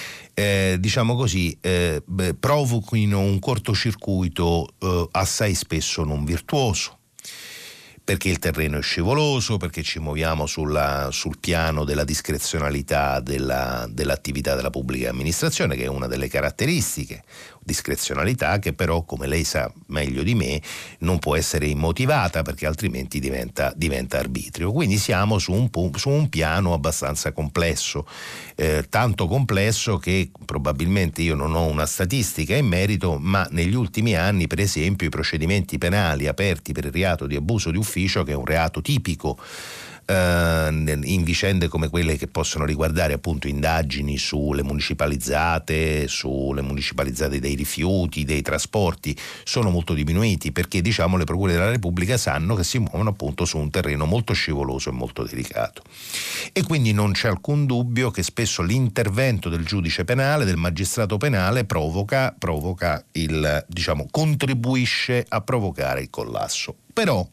provochino un cortocircuito assai spesso non virtuoso. Perché il terreno è scivoloso, perché ci muoviamo sul piano della discrezionalità dell'attività della pubblica amministrazione, che è una delle caratteristiche, discrezionalità che però, come lei sa meglio di me, non può essere immotivata perché altrimenti diventa arbitrio. Quindi siamo su un piano abbastanza complesso, tanto complesso che probabilmente io non ho una statistica in merito, ma negli ultimi anni, per esempio, i procedimenti penali aperti per il reato di abuso di ufficio, che è un reato tipico in vicende come quelle che possono riguardare appunto indagini sulle municipalizzate dei rifiuti, dei trasporti, sono molto diminuiti perché le procure della Repubblica sanno che si muovono appunto su un terreno molto scivoloso e molto delicato, e quindi non c'è alcun dubbio che spesso l'intervento del giudice penale, del magistrato penale provoca contribuisce a provocare il collasso. Però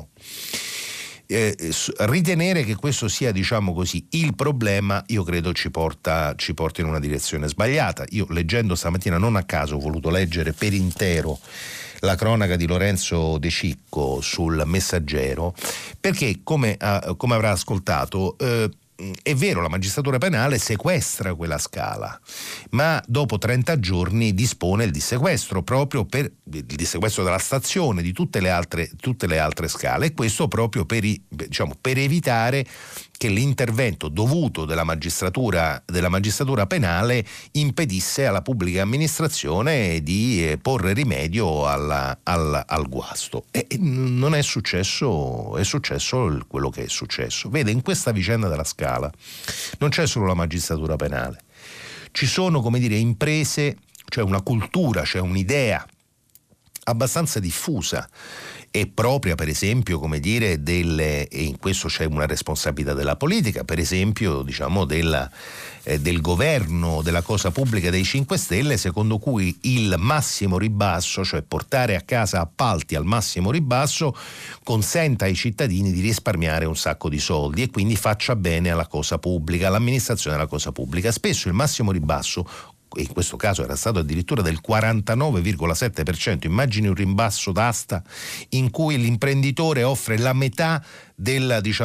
ritenere che questo sia il problema, io credo ci porta in una direzione sbagliata. Io, leggendo stamattina, non a caso ho voluto leggere per intero la cronaca di Lorenzo De Cicco sul Messaggero, perché come avrà ascoltato, è vero, la magistratura penale sequestra quella scala, ma dopo 30 giorni dispone il dissequestro, proprio per il dissequestro della stazione, di tutte le altre scale, e questo proprio per evitare che l'intervento dovuto della magistratura penale impedisse alla pubblica amministrazione di porre rimedio al guasto. E non è successo quello che è successo. Vede, in questa vicenda della scala non c'è solo la magistratura penale, ci sono, imprese, c'è una cultura, c'è un'idea abbastanza diffusa e propria, per esempio, e in questo c'è una responsabilità della politica, per esempio del governo della cosa pubblica dei 5 Stelle, secondo cui il massimo ribasso, cioè portare a casa appalti al massimo ribasso, consenta ai cittadini di risparmiare un sacco di soldi e quindi faccia bene alla cosa pubblica, all'amministrazione della cosa pubblica. Spesso il massimo ribasso, in questo caso era stato addirittura del 49,7%, immagini un rimbasso d'asta in cui l'imprenditore offre la metà di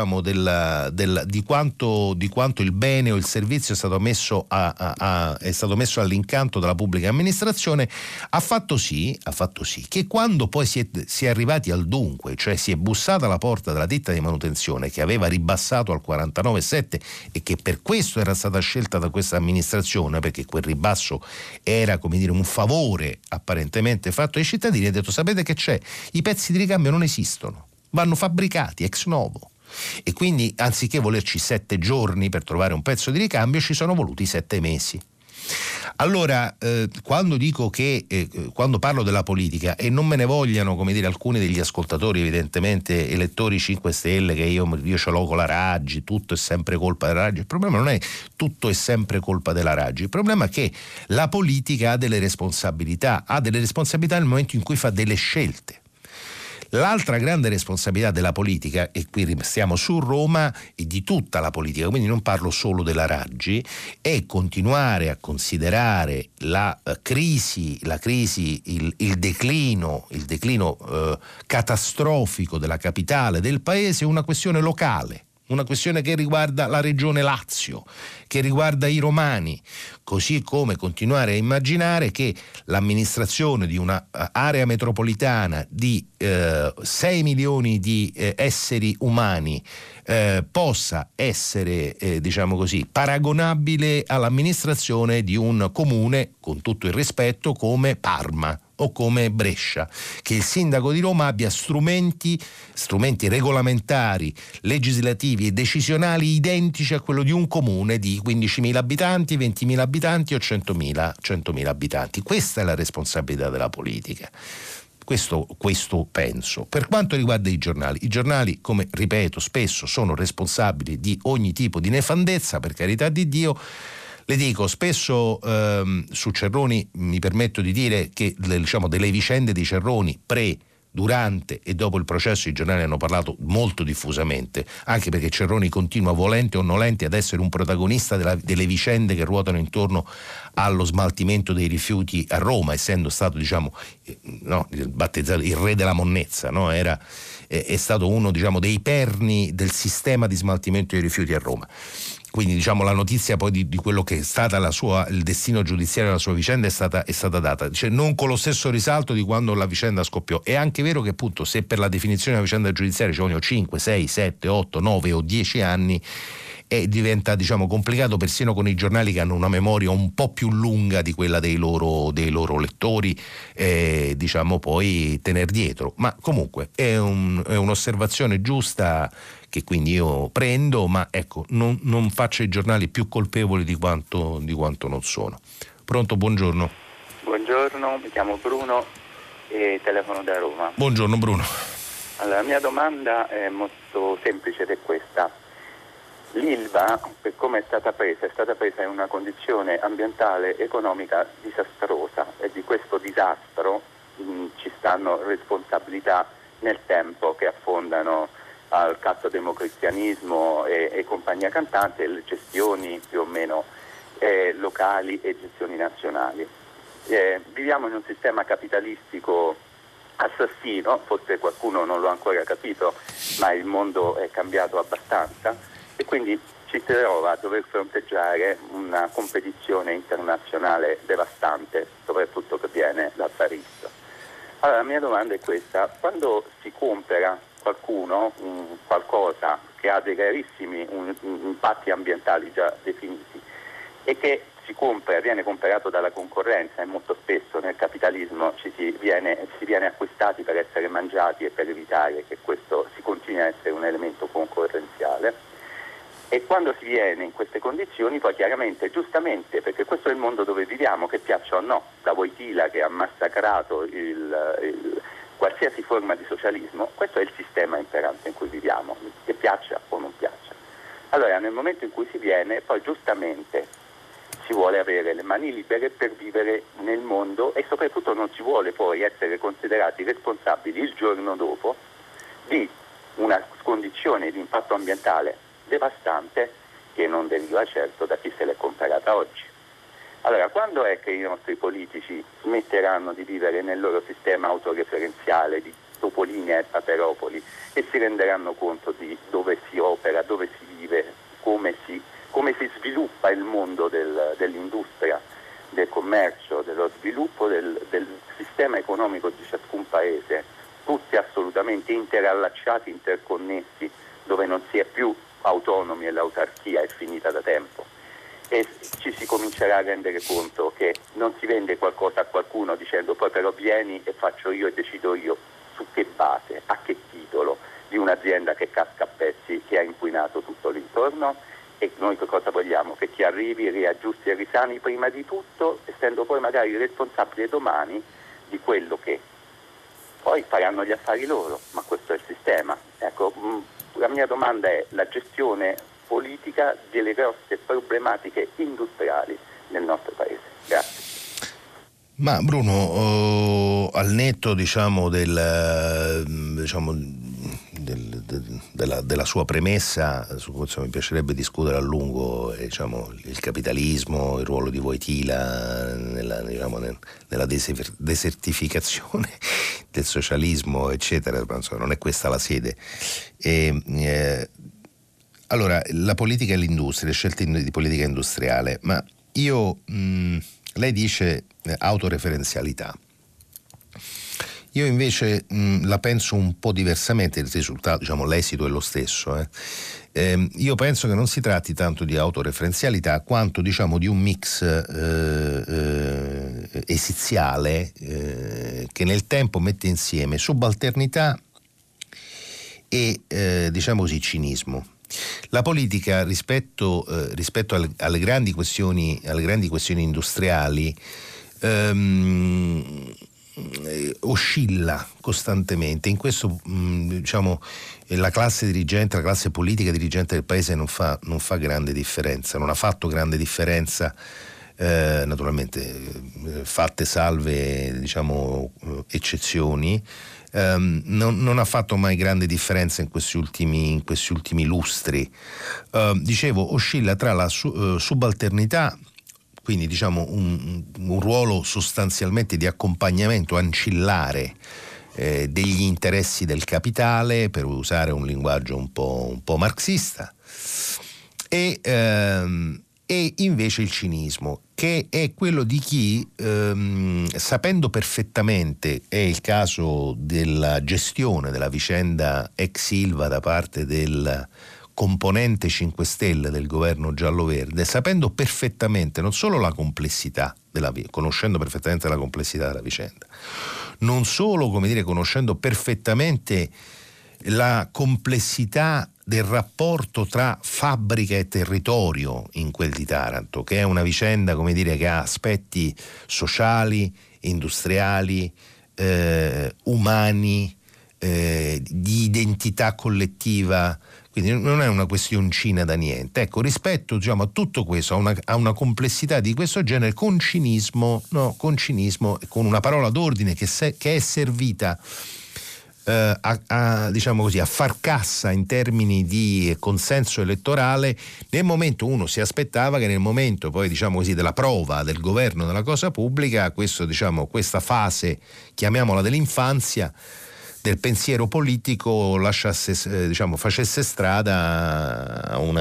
quanto il bene o il servizio è stato messo all'incanto della pubblica amministrazione, ha fatto sì che quando poi si è arrivati al dunque, cioè si è bussata alla porta della ditta di manutenzione che aveva ribassato al 49,7 e che per questo era stata scelta da questa amministrazione, perché quel ribasso era, come dire, un favore apparentemente fatto ai cittadini, ha detto: sapete che c'è? I pezzi di ricambio non esistono, vanno fabbricati ex novo. E quindi, anziché volerci 7 giorni per trovare un pezzo di ricambio, ci sono voluti 7 mesi. Allora, quando dico che quando parlo della politica, e non me ne vogliano, come dire, alcuni degli ascoltatori, evidentemente elettori 5 Stelle, che io ce l'ho con la Raggi, tutto è sempre colpa della Raggi. Il problema non è tutto è sempre colpa della Raggi, il problema è che la politica ha delle responsabilità nel momento in cui fa delle scelte. L'altra grande responsabilità della politica, e qui stiamo su Roma e di tutta la politica, quindi non parlo solo della Raggi, è continuare a considerare la crisi, il declino catastrofico della capitale del paese una questione locale. Una questione che riguarda la regione Lazio, che riguarda i romani, così come continuare a immaginare che l'amministrazione di una area metropolitana di 6 milioni di esseri umani possa essere, diciamo così, paragonabile all'amministrazione di un comune, con tutto il rispetto, come Parma o come Brescia, che il sindaco di Roma abbia strumenti regolamentari, legislativi e decisionali identici a quello di un comune di 15.000 abitanti, 20.000 abitanti o 100.000 abitanti. Questa è la responsabilità della politica. Questo penso. Per quanto riguarda i giornali, come ripeto spesso, sono responsabili di ogni tipo di nefandezza, per carità di Dio. Le dico, spesso su Cerroni mi permetto di dire che delle vicende di Cerroni durante e dopo il processo i giornali hanno parlato molto diffusamente, anche perché Cerroni continua, volente o nolente, ad essere un protagonista delle vicende che ruotano intorno allo smaltimento dei rifiuti a Roma, essendo stato battezzato il re della monnezza, no? È stato uno dei perni del sistema di smaltimento dei rifiuti a Roma. Quindi la notizia poi di quello che è stata il destino giudiziario della sua vicenda è stata data, non con lo stesso risalto di quando la vicenda scoppiò. È anche vero che appunto se per la definizione della vicenda giudiziaria ci vogliono 5, 6, 7, 8, 9 o 10 anni, diventa complicato persino con i giornali che hanno una memoria un po' più lunga di quella dei loro lettori, poi tener dietro. Ma comunque è un'osservazione giusta che quindi io prendo, ma ecco, non faccio i giornali più colpevoli di quanto non sono. Pronto, buongiorno.
Buongiorno, mi chiamo Bruno e telefono da Roma.
Buongiorno Bruno.
Allora, la mia domanda è molto semplice ed è questa. L'Ilva, per come è stata presa in una condizione ambientale economica disastrosa, e di questo disastro ci stanno responsabilità nel tempo che affondano al cazzo democristianismo e compagnia cantante, le gestioni più o meno locali e gestioni nazionali. Viviamo in un sistema capitalistico assassino, forse qualcuno non l'ha ancora capito, ma il mondo è cambiato abbastanza e quindi ci trova a dover fronteggiare una competizione internazionale devastante, soprattutto che viene dal Far East. Allora la mia domanda è questa: quando si compra qualcuno qualcosa che ha dei gravissimi impatti ambientali già definiti e che viene comprato dalla concorrenza, e molto spesso nel capitalismo si viene acquistati per essere mangiati e per evitare che questo si continui a essere un elemento concorrenziale, e quando si viene in queste condizioni poi chiaramente, giustamente, perché questo è il mondo dove viviamo, che piaccia o no, da Wojtyla che ha massacrato qualsiasi forma di socialismo, questo è il sistema imperante in cui viviamo, che piaccia o non piaccia. Allora nel momento in cui si viene, poi giustamente si vuole avere le mani libere per vivere nel mondo e soprattutto non si vuole poi essere considerati responsabili il giorno dopo di una condizione di impatto ambientale devastante che non deriva certo da chi se l'è comprata oggi. Allora, quando è che i nostri politici smetteranno di vivere nel loro sistema autoreferenziale, di Topolinia e Paperopoli, e si renderanno conto di dove si opera, dove si vive, come si sviluppa il mondo dell'industria, del commercio, dello sviluppo del sistema economico di ciascun paese, tutti assolutamente interallacciati, interconnessi, dove non si è più autonomi e l'autarchia è finita da tempo. E ci si comincerà a rendere conto che non si vende qualcosa a qualcuno dicendo poi però vieni e faccio io e decido io. Su che base, a che titolo, di un'azienda che casca a pezzi, che ha inquinato tutto l'intorno? E noi che cosa vogliamo? Che chi arrivi riaggiusti e risani prima di tutto, essendo poi magari responsabili domani di quello che poi faranno gli affari loro, ma questo è il sistema. Ecco, la mia domanda è la gestione politica delle grosse problematiche industriali nel nostro paese. Grazie.
Ma Bruno, al netto della sua premessa, su cui mi piacerebbe discutere a lungo, il capitalismo, il ruolo di Wojtyla nella desertificazione del socialismo, eccetera, non è questa la sede. Allora, la politica e l'industria, le scelte di politica industriale, ma lei dice autoreferenzialità. Io invece la penso un po' diversamente, il risultato, l'esito è lo stesso. Io penso che non si tratti tanto di autoreferenzialità quanto di un mix esiziale che nel tempo mette insieme subalternità e cinismo. La politica rispetto alle grandi questioni industriali oscilla costantemente. In questo la classe dirigente, la classe politica dirigente del paese non fa grande differenza, non ha fatto grande differenza, naturalmente fatte salve eccezioni. Non ha fatto mai grande differenza in questi ultimi lustri. Oscilla tra la subalternità, quindi un ruolo sostanzialmente di accompagnamento ancillare degli interessi del capitale, per usare un linguaggio un po' marxista, e invece il cinismo, che è quello di chi, sapendo perfettamente, è il caso della gestione della vicenda ex Ilva da parte del componente 5 Stelle del governo giallo-verde, sapendo perfettamente non solo la complessità conoscendo perfettamente la complessità della vicenda, non solo, conoscendo perfettamente la complessità del rapporto tra fabbrica e territorio in quel di Taranto, che è una vicenda, che ha aspetti sociali, industriali, umani, di identità collettiva, quindi non è una questioncina da niente. Ecco, rispetto a tutto questo, a una complessità di questo genere, con cinismo, con una parola d'ordine che è servita a far cassa in termini di consenso elettorale, nel momento uno si aspettava che nel momento poi della prova del governo della cosa pubblica, questa fase, chiamiamola dell'infanzia, del pensiero politico facesse strada a un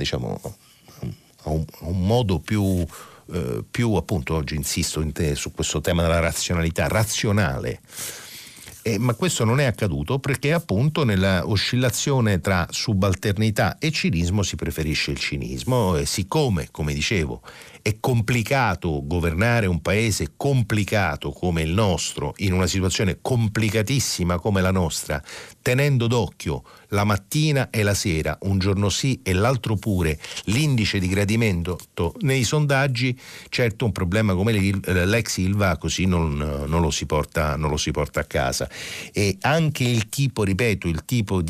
modo più appunto, oggi insisto su questo tema della razionalità, razionale. Ma questo non è accaduto perché appunto nella oscillazione tra subalternità e cinismo si preferisce il cinismo, e siccome, come dicevo, è complicato governare un paese complicato come il nostro in una situazione complicatissima come la nostra, tenendo d'occhio la mattina e la sera, un giorno sì e l'altro pure, l'indice di gradimento nei sondaggi, certo un problema come l'ex Ilva così non lo si porta a casa. E anche il tipo di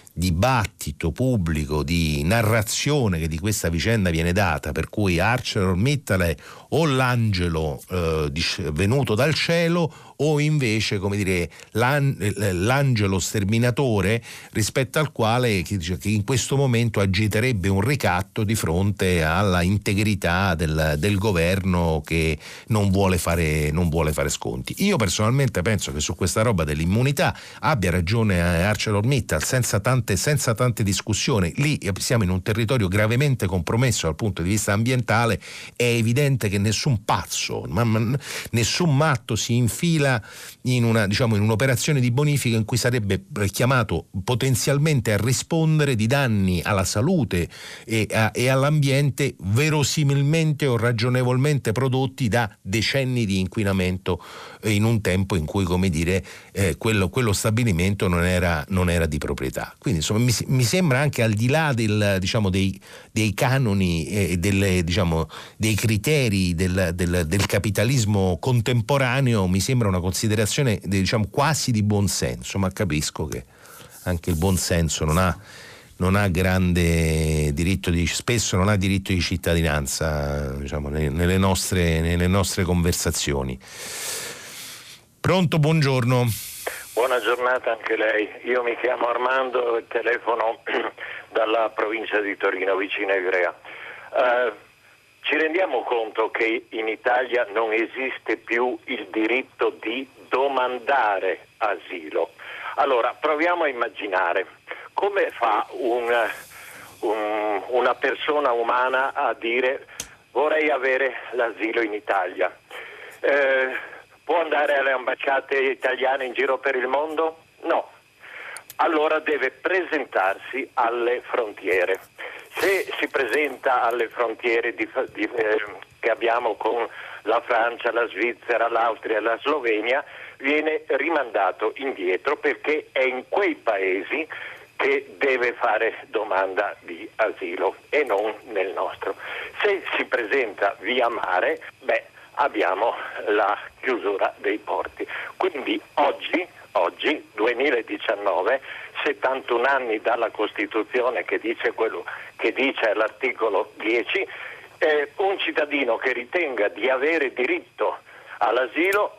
dibattito pubblico, di narrazione che di questa vicenda viene data, per cui ArcelorMittal è o l'angelo venuto dal cielo o invece, come dire, l'angelo sterminatore rispetto al quale che in questo momento agiterebbe un ricatto di fronte alla integrità del governo che non vuole fare sconti. Io personalmente penso che su questa roba dell'immunità abbia ragione ArcelorMittal senza tante discussioni. Lì siamo in un territorio gravemente compromesso dal punto di vista ambientale. È evidente che nessun pazzo, nessun matto si infila in un'operazione di bonifica in cui sarebbe chiamato potenzialmente a rispondere di danni alla salute e all'ambiente verosimilmente o ragionevolmente prodotti da decenni di inquinamento in un tempo in cui, come dire, quello stabilimento non era di proprietà. Quindi insomma mi sembra, anche al di là dei canoni e dei criteri del capitalismo contemporaneo, mi sembra una considerazione quasi di buon senso, ma capisco che anche il buon senso non ha grande diritto spesso non ha diritto di cittadinanza, nelle nostre conversazioni. Pronto, buongiorno.
Buona giornata anche lei. Io mi chiamo Armando e telefono dalla provincia di Torino, vicino a Ivrea. Ci rendiamo conto che in Italia non esiste più il diritto di domandare asilo. Allora, proviamo a immaginare come fa una persona umana a dire vorrei avere l'asilo in Italia. Può andare alle ambasciate italiane in giro per il mondo? No. Allora deve presentarsi alle frontiere. Se si presenta alle frontiere che abbiamo con la Francia, la Svizzera, l'Austria e la Slovenia, viene rimandato indietro perché è in quei paesi che deve fare domanda di asilo e non nel nostro. Se si presenta via mare, abbiamo la chiusura dei porti. Quindi oggi 2019, 71 anni dalla Costituzione che dice quello che dice all'articolo 10, un cittadino che ritenga di avere diritto all'asilo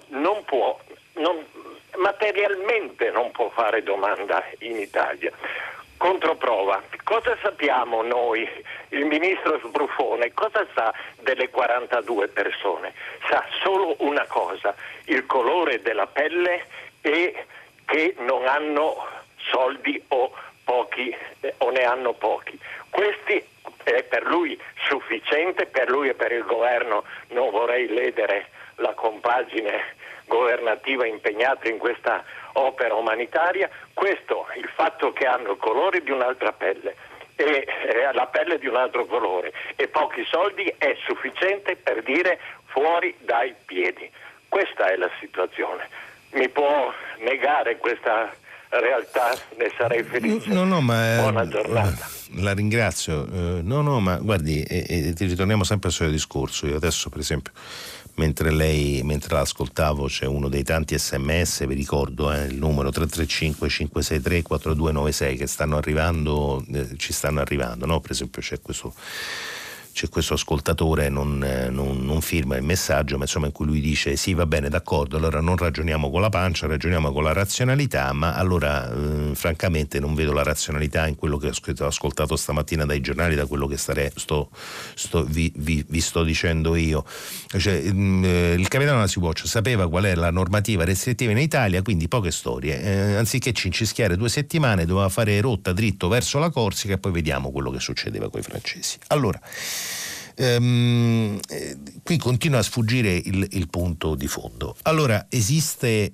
materialmente non può fare domanda in Italia. Controprova, cosa sappiamo noi? Il ministro Sbruffone cosa sa delle 42 persone? Sa solo una cosa, il colore della pelle e che non hanno soldi o pochi o ne hanno pochi. Questi è per lui sufficiente, per lui e per il governo. Non vorrei ledere la compagine governativa impegnata in questa opera umanitaria. Questo, il fatto che hanno il colore di un'altra pelle e la pelle di un altro colore e pochi soldi è sufficiente per dire fuori dai piedi. Questa è la situazione. Mi può negare questa realtà? Ne sarei felice. Buona giornata.
La ringrazio. Ma guardi, ti ritorniamo sempre al solito discorso. Io adesso, per esempio, mentre la ascoltavo, c'è uno dei tanti SMS, vi ricordo il numero 335 563 4296 che stanno arrivando, ci stanno arrivando, no? Per esempio c'è questo ascoltatore, non firma il messaggio, ma insomma in cui lui dice sì, va bene, d'accordo, allora non ragioniamo con la pancia, ragioniamo con la razionalità, ma allora francamente non vedo la razionalità in quello che ho ascoltato stamattina dai giornali, da quello che vi sto dicendo io. Cioè, il capitano della Sea-Watch sapeva qual è la normativa restrittiva in Italia, quindi poche storie, anziché cincischiare 2 settimane doveva fare rotta dritto verso la Corsica e poi vediamo quello che succedeva con i francesi. Allora, qui continua a sfuggire il punto di fondo. Allora, esiste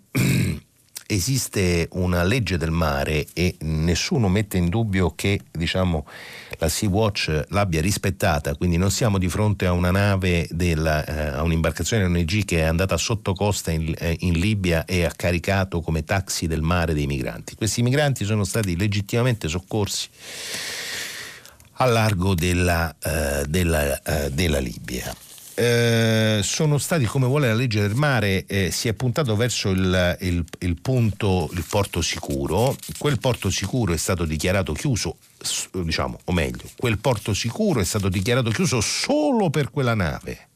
una legge del mare e nessuno mette in dubbio che, la Sea-Watch l'abbia rispettata, quindi non siamo di fronte a una nave a un'imbarcazione ONG che è andata sotto costa in Libia e ha caricato come taxi del mare dei migranti. Questi migranti sono stati legittimamente soccorsi al largo della Libia. sono stati, come vuole la legge del mare, si è puntato verso il porto sicuro. Quel porto sicuro è stato dichiarato chiuso, diciamo, o meglio, quel porto sicuro è stato dichiarato chiuso solo per quella nave,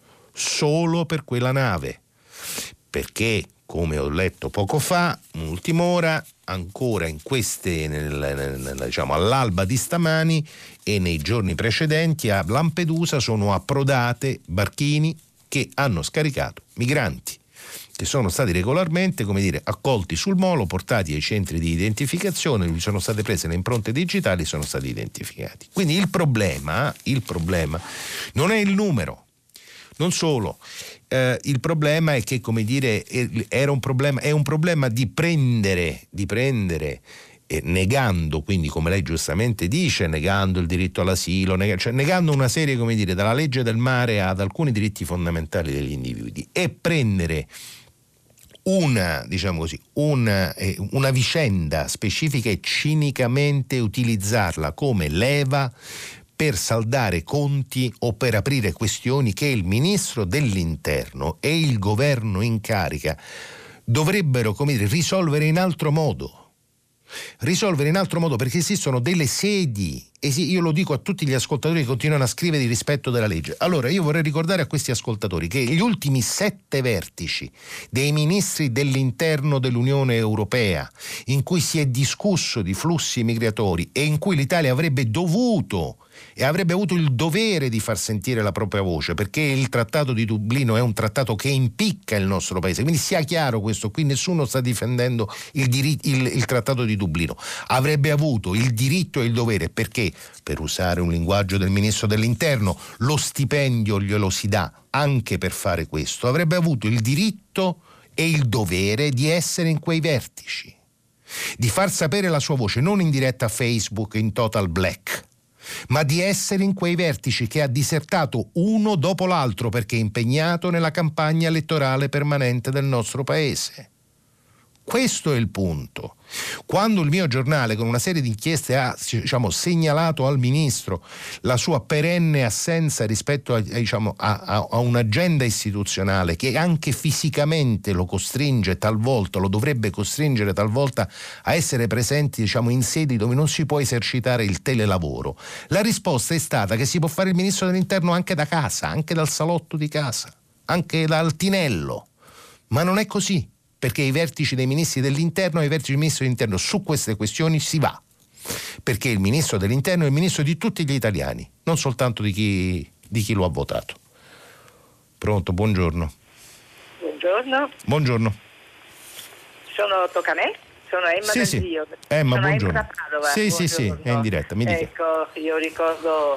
perché, come ho letto poco fa, un'ultima ora, ancora in diciamo, all'alba di stamani e nei giorni precedenti a Lampedusa sono approdate barchini che hanno scaricato migranti che sono stati regolarmente, come dire, accolti sul molo, portati ai centri di identificazione, gli sono state prese le impronte digitali e sono stati identificati. Quindi il problema non è il numero, non solo. Il problema è che, come dire, è un problema di prendere negando, quindi, come lei giustamente dice, negando il diritto all'asilo, negando una serie, come dire, dalla legge del mare ad alcuni diritti fondamentali degli individui, e prendere una vicenda specifica e cinicamente utilizzarla come leva per saldare conti o per aprire questioni che il ministro dell'Interno e il governo in carica dovrebbero, come dire, risolvere in altro modo, perché esistono delle sedi. Io lo dico a tutti gli ascoltatori che continuano a scrivere di rispetto della legge. Allora, io vorrei ricordare a questi ascoltatori che gli ultimi 7 vertici dei ministri dell'Interno dell'Unione Europea, in cui si è discusso di flussi migratori e in cui l'Italia avrebbe dovuto e avrebbe avuto il dovere di far sentire la propria voce, perché il Trattato di Dublino è un trattato che impicca il nostro paese, quindi sia chiaro questo, qui nessuno sta difendendo il Trattato di Dublino, avrebbe avuto il diritto e il dovere, perché, per usare un linguaggio del ministro dell'Interno, lo stipendio glielo si dà anche per fare questo, avrebbe avuto il diritto e il dovere di essere in quei vertici, di far sapere la sua voce, non in diretta a Facebook in total black, ma di essere in quei vertici che ha disertato uno dopo l'altro perché è impegnato nella campagna elettorale permanente del nostro paese. Questo è il punto. Quando il mio giornale, con una serie di inchieste, ha, diciamo, segnalato al ministro la sua perenne assenza rispetto a un'agenda istituzionale che anche fisicamente lo costringe talvolta, lo dovrebbe costringere talvolta a essere presenti, diciamo, in sedi dove non si può esercitare il telelavoro, la risposta è stata che si può fare il ministro dell'Interno anche da casa, anche dal salotto di casa, anche dal tinello. Ma non è così, perché i vertici dei ministri dell'Interno e i vertici dei ministri dell'Interno su queste questioni si va, perché il ministro dell'Interno è il ministro di tutti gli italiani, non soltanto di chi lo ha votato. Pronto, buongiorno. Buongiorno.
Tocca a me? Sono Emma del Dio.
Emma,
sono
buongiorno.
Emma da Padova.
Sì, è in diretta, mi dica.
Ecco, io ricordo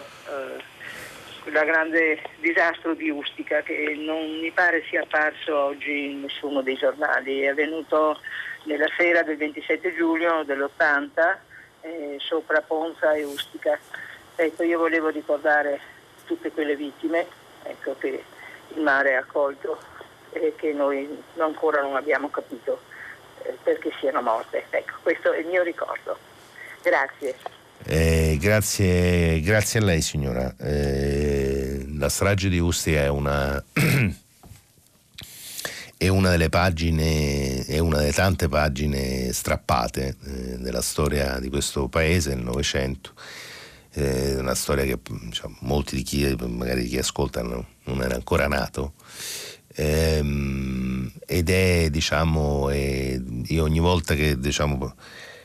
il grande disastro di Ustica, che non mi pare sia apparso oggi in nessuno dei giornali. È avvenuto nella sera del 27 giugno dell'80 sopra Ponza e Ustica. Ecco, io volevo ricordare tutte quelle vittime, ecco, che il mare ha accolto e che noi ancora non abbiamo capito perché siano morte. Ecco, questo è il mio ricordo. Grazie.
Grazie a lei, signora. La strage di Ustica è una delle pagine, è una delle tante pagine strappate della storia di questo paese nel Novecento. Una storia che, diciamo, molti di chi ascolta non era ancora nato. Ed è, diciamo, io ogni volta che, diciamo,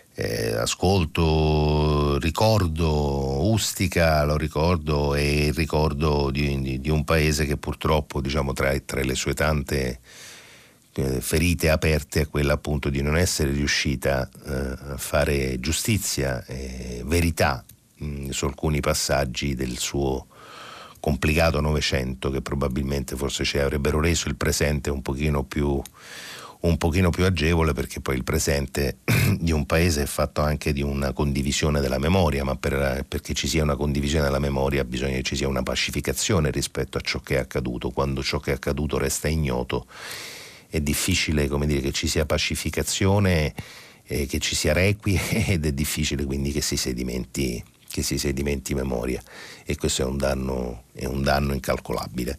ascolto, ricordo Ustica, lo ricordo, e il ricordo di un paese che purtroppo, diciamo, tra le sue tante ferite aperte, a quella appunto di non essere riuscita a fare giustizia e verità su alcuni passaggi del suo complicato Novecento, che probabilmente forse ci avrebbero reso il presente un pochino più agevole, perché poi il presente di un paese è fatto anche di una condivisione della memoria, ma perché ci sia una condivisione della memoria bisogna che ci sia una pacificazione rispetto a ciò che è accaduto. Quando ciò che è accaduto resta ignoto è difficile, come dire, che ci sia pacificazione, che ci sia requie, ed è difficile quindi che si sedimenti che si sedimenti memoria, e questo è un danno incalcolabile.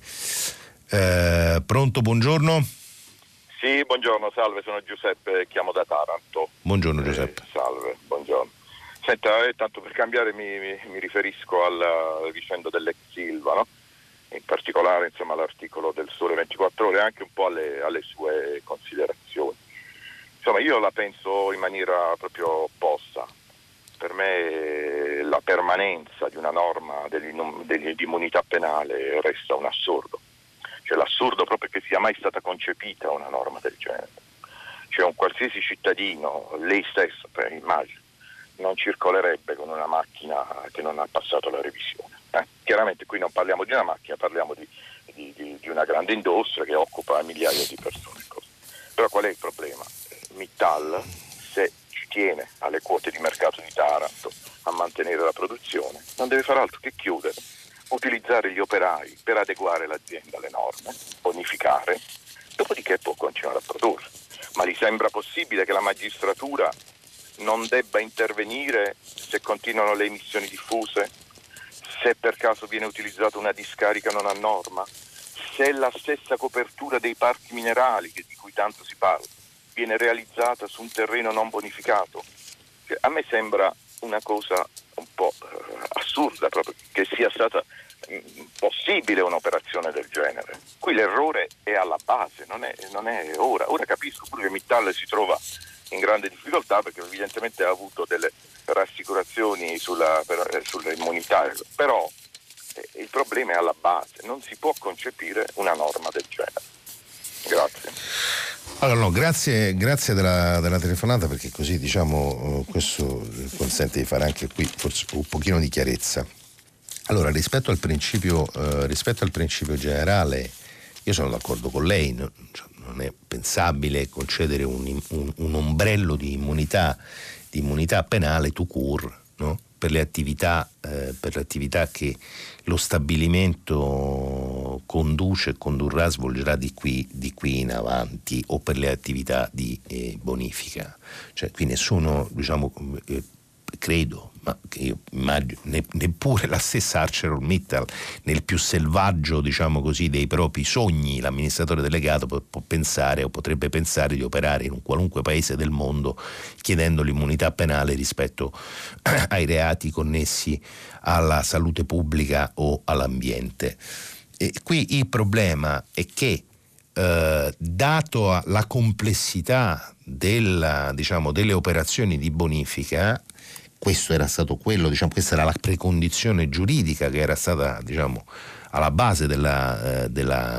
Pronto, buongiorno?
Sì, buongiorno, salve, sono Giuseppe, chiamo da Taranto.
Buongiorno Giuseppe.
Salve, buongiorno. Senta, tanto per cambiare mi riferisco alla vicenda dell'ex Silva, no? In particolare, insomma, all'articolo del Sole 24 Ore, anche un po' alle sue considerazioni. Insomma, io la penso in maniera proprio opposta. Per me la permanenza di una norma di immunità penale resta un assurdo. Cioè l'assurdo proprio che sia mai stata concepita una norma del genere. Cioè un qualsiasi cittadino, lei stesso, immagino, non circolerebbe con una macchina che non ha passato la revisione. Chiaramente qui non parliamo di una macchina, parliamo di una grande industria che occupa migliaia di persone. Però qual è il problema? Mittal, se ci tiene alle quote di mercato di Taranto a mantenere la produzione, non deve fare altro che chiudere, utilizzare gli operai per adeguare l'azienda alle norme, bonificare, dopodiché può continuare a produrre. Ma gli sembra possibile che la magistratura non debba intervenire se continuano le emissioni diffuse, se per caso viene utilizzata una discarica non a norma, se la stessa copertura dei parchi minerali, di cui tanto si parla, viene realizzata su un terreno non bonificato? A me sembra una cosa un po' assurda proprio che sia stata possibile un'operazione del genere. Qui l'errore è alla base, non è ora. Ora capisco pure che Mittal si trova in grande difficoltà perché evidentemente ha avuto delle rassicurazioni sull'immunità, però il problema è alla base, non si può concepire una norma del genere. Grazie.
Allora no, grazie della telefonata, perché così questo consente di fare anche qui forse un pochino di chiarezza. Allora, rispetto al principio generale, io sono d'accordo con lei, non è pensabile concedere un ombrello di immunità penale tout court, no? Per le attività che lo stabilimento conduce e svolgerà di qui in avanti, o per le attività di bonifica. Cioè qui nessuno, credo, ma che io immagino, neppure la stessa ArcelorMittal, nel più selvaggio dei propri sogni, l'amministratore delegato può pensare o potrebbe pensare di operare in un qualunque paese del mondo chiedendo l'immunità penale rispetto ai reati connessi alla salute pubblica o all'ambiente. E qui il problema è che dato la complessità delle operazioni di bonifica, questo era stato questa era la precondizione giuridica che era stata alla base del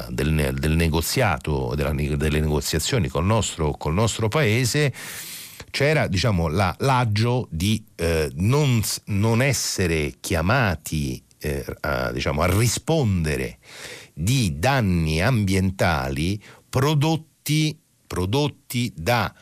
negoziato, delle negoziazioni col nostro paese. C'era l'agio di non essere chiamati a rispondere di danni ambientali prodotti da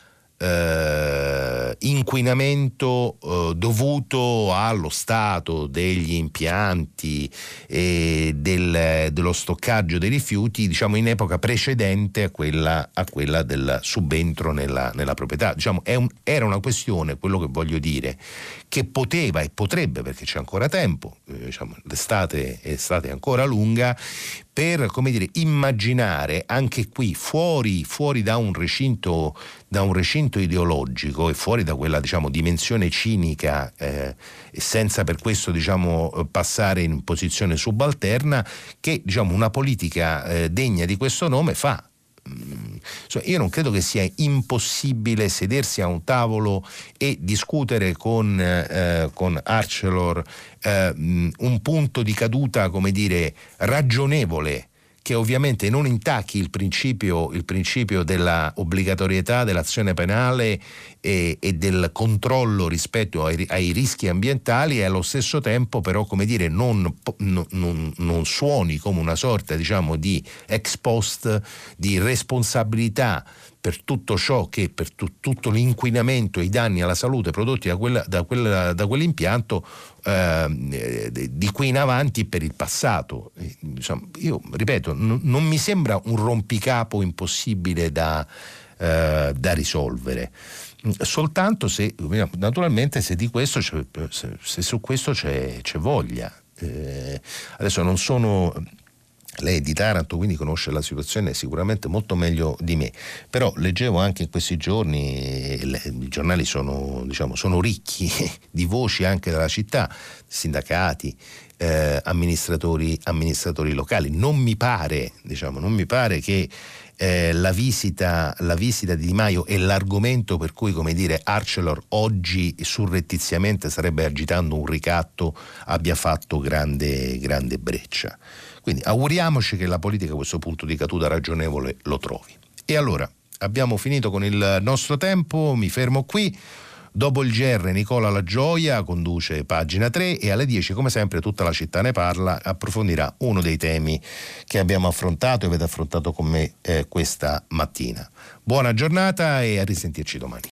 inquinamento dovuto allo stato degli impianti e dello stoccaggio dei rifiuti in epoca precedente a quella del subentro nella proprietà. Era una questione, quello che voglio dire, che poteva e potrebbe, perché c'è ancora tempo, l'estate è ancora lunga, per immaginare anche qui fuori da un recinto ideologico e fuori da quella dimensione cinica, senza per questo passare in posizione subalterna, che una politica degna di questo nome fa. Io non credo che sia impossibile sedersi a un tavolo e discutere con Arcelor un punto di caduta ragionevole, che ovviamente non intacchi il principio della obbligatorietà dell'azione penale e del controllo rispetto ai rischi ambientali, e allo stesso tempo però non suoni come una sorta di ex post di responsabilità per tutto ciò per tutto l'inquinamento e i danni alla salute prodotti da quell'impianto di qui in avanti per il passato. Io ripeto, non mi sembra un rompicapo impossibile da da risolvere. Soltanto se, naturalmente, se di questo se su questo c'è voglia. Adesso non sono... Lei è di Taranto, quindi conosce la situazione sicuramente molto meglio di me, però leggevo anche in questi giorni, i giornali sono ricchi di voci anche dalla città, sindacati, amministratori locali. Non mi pare che la visita di Di Maio è l'argomento per cui, come dire, Arcelor oggi surrettiziamente starebbe agitando un ricatto abbia fatto grande breccia. Quindi auguriamoci che la politica questo punto di caduta ragionevole lo trovi. E allora, abbiamo finito con il nostro tempo, mi fermo qui. Dopo il GR Nicola La Gioia conduce Pagina 3 e alle 10, come sempre, Tutta la città ne parla, approfondirà uno dei temi che abbiamo affrontato e avete affrontato con me questa mattina. Buona giornata e a risentirci domani.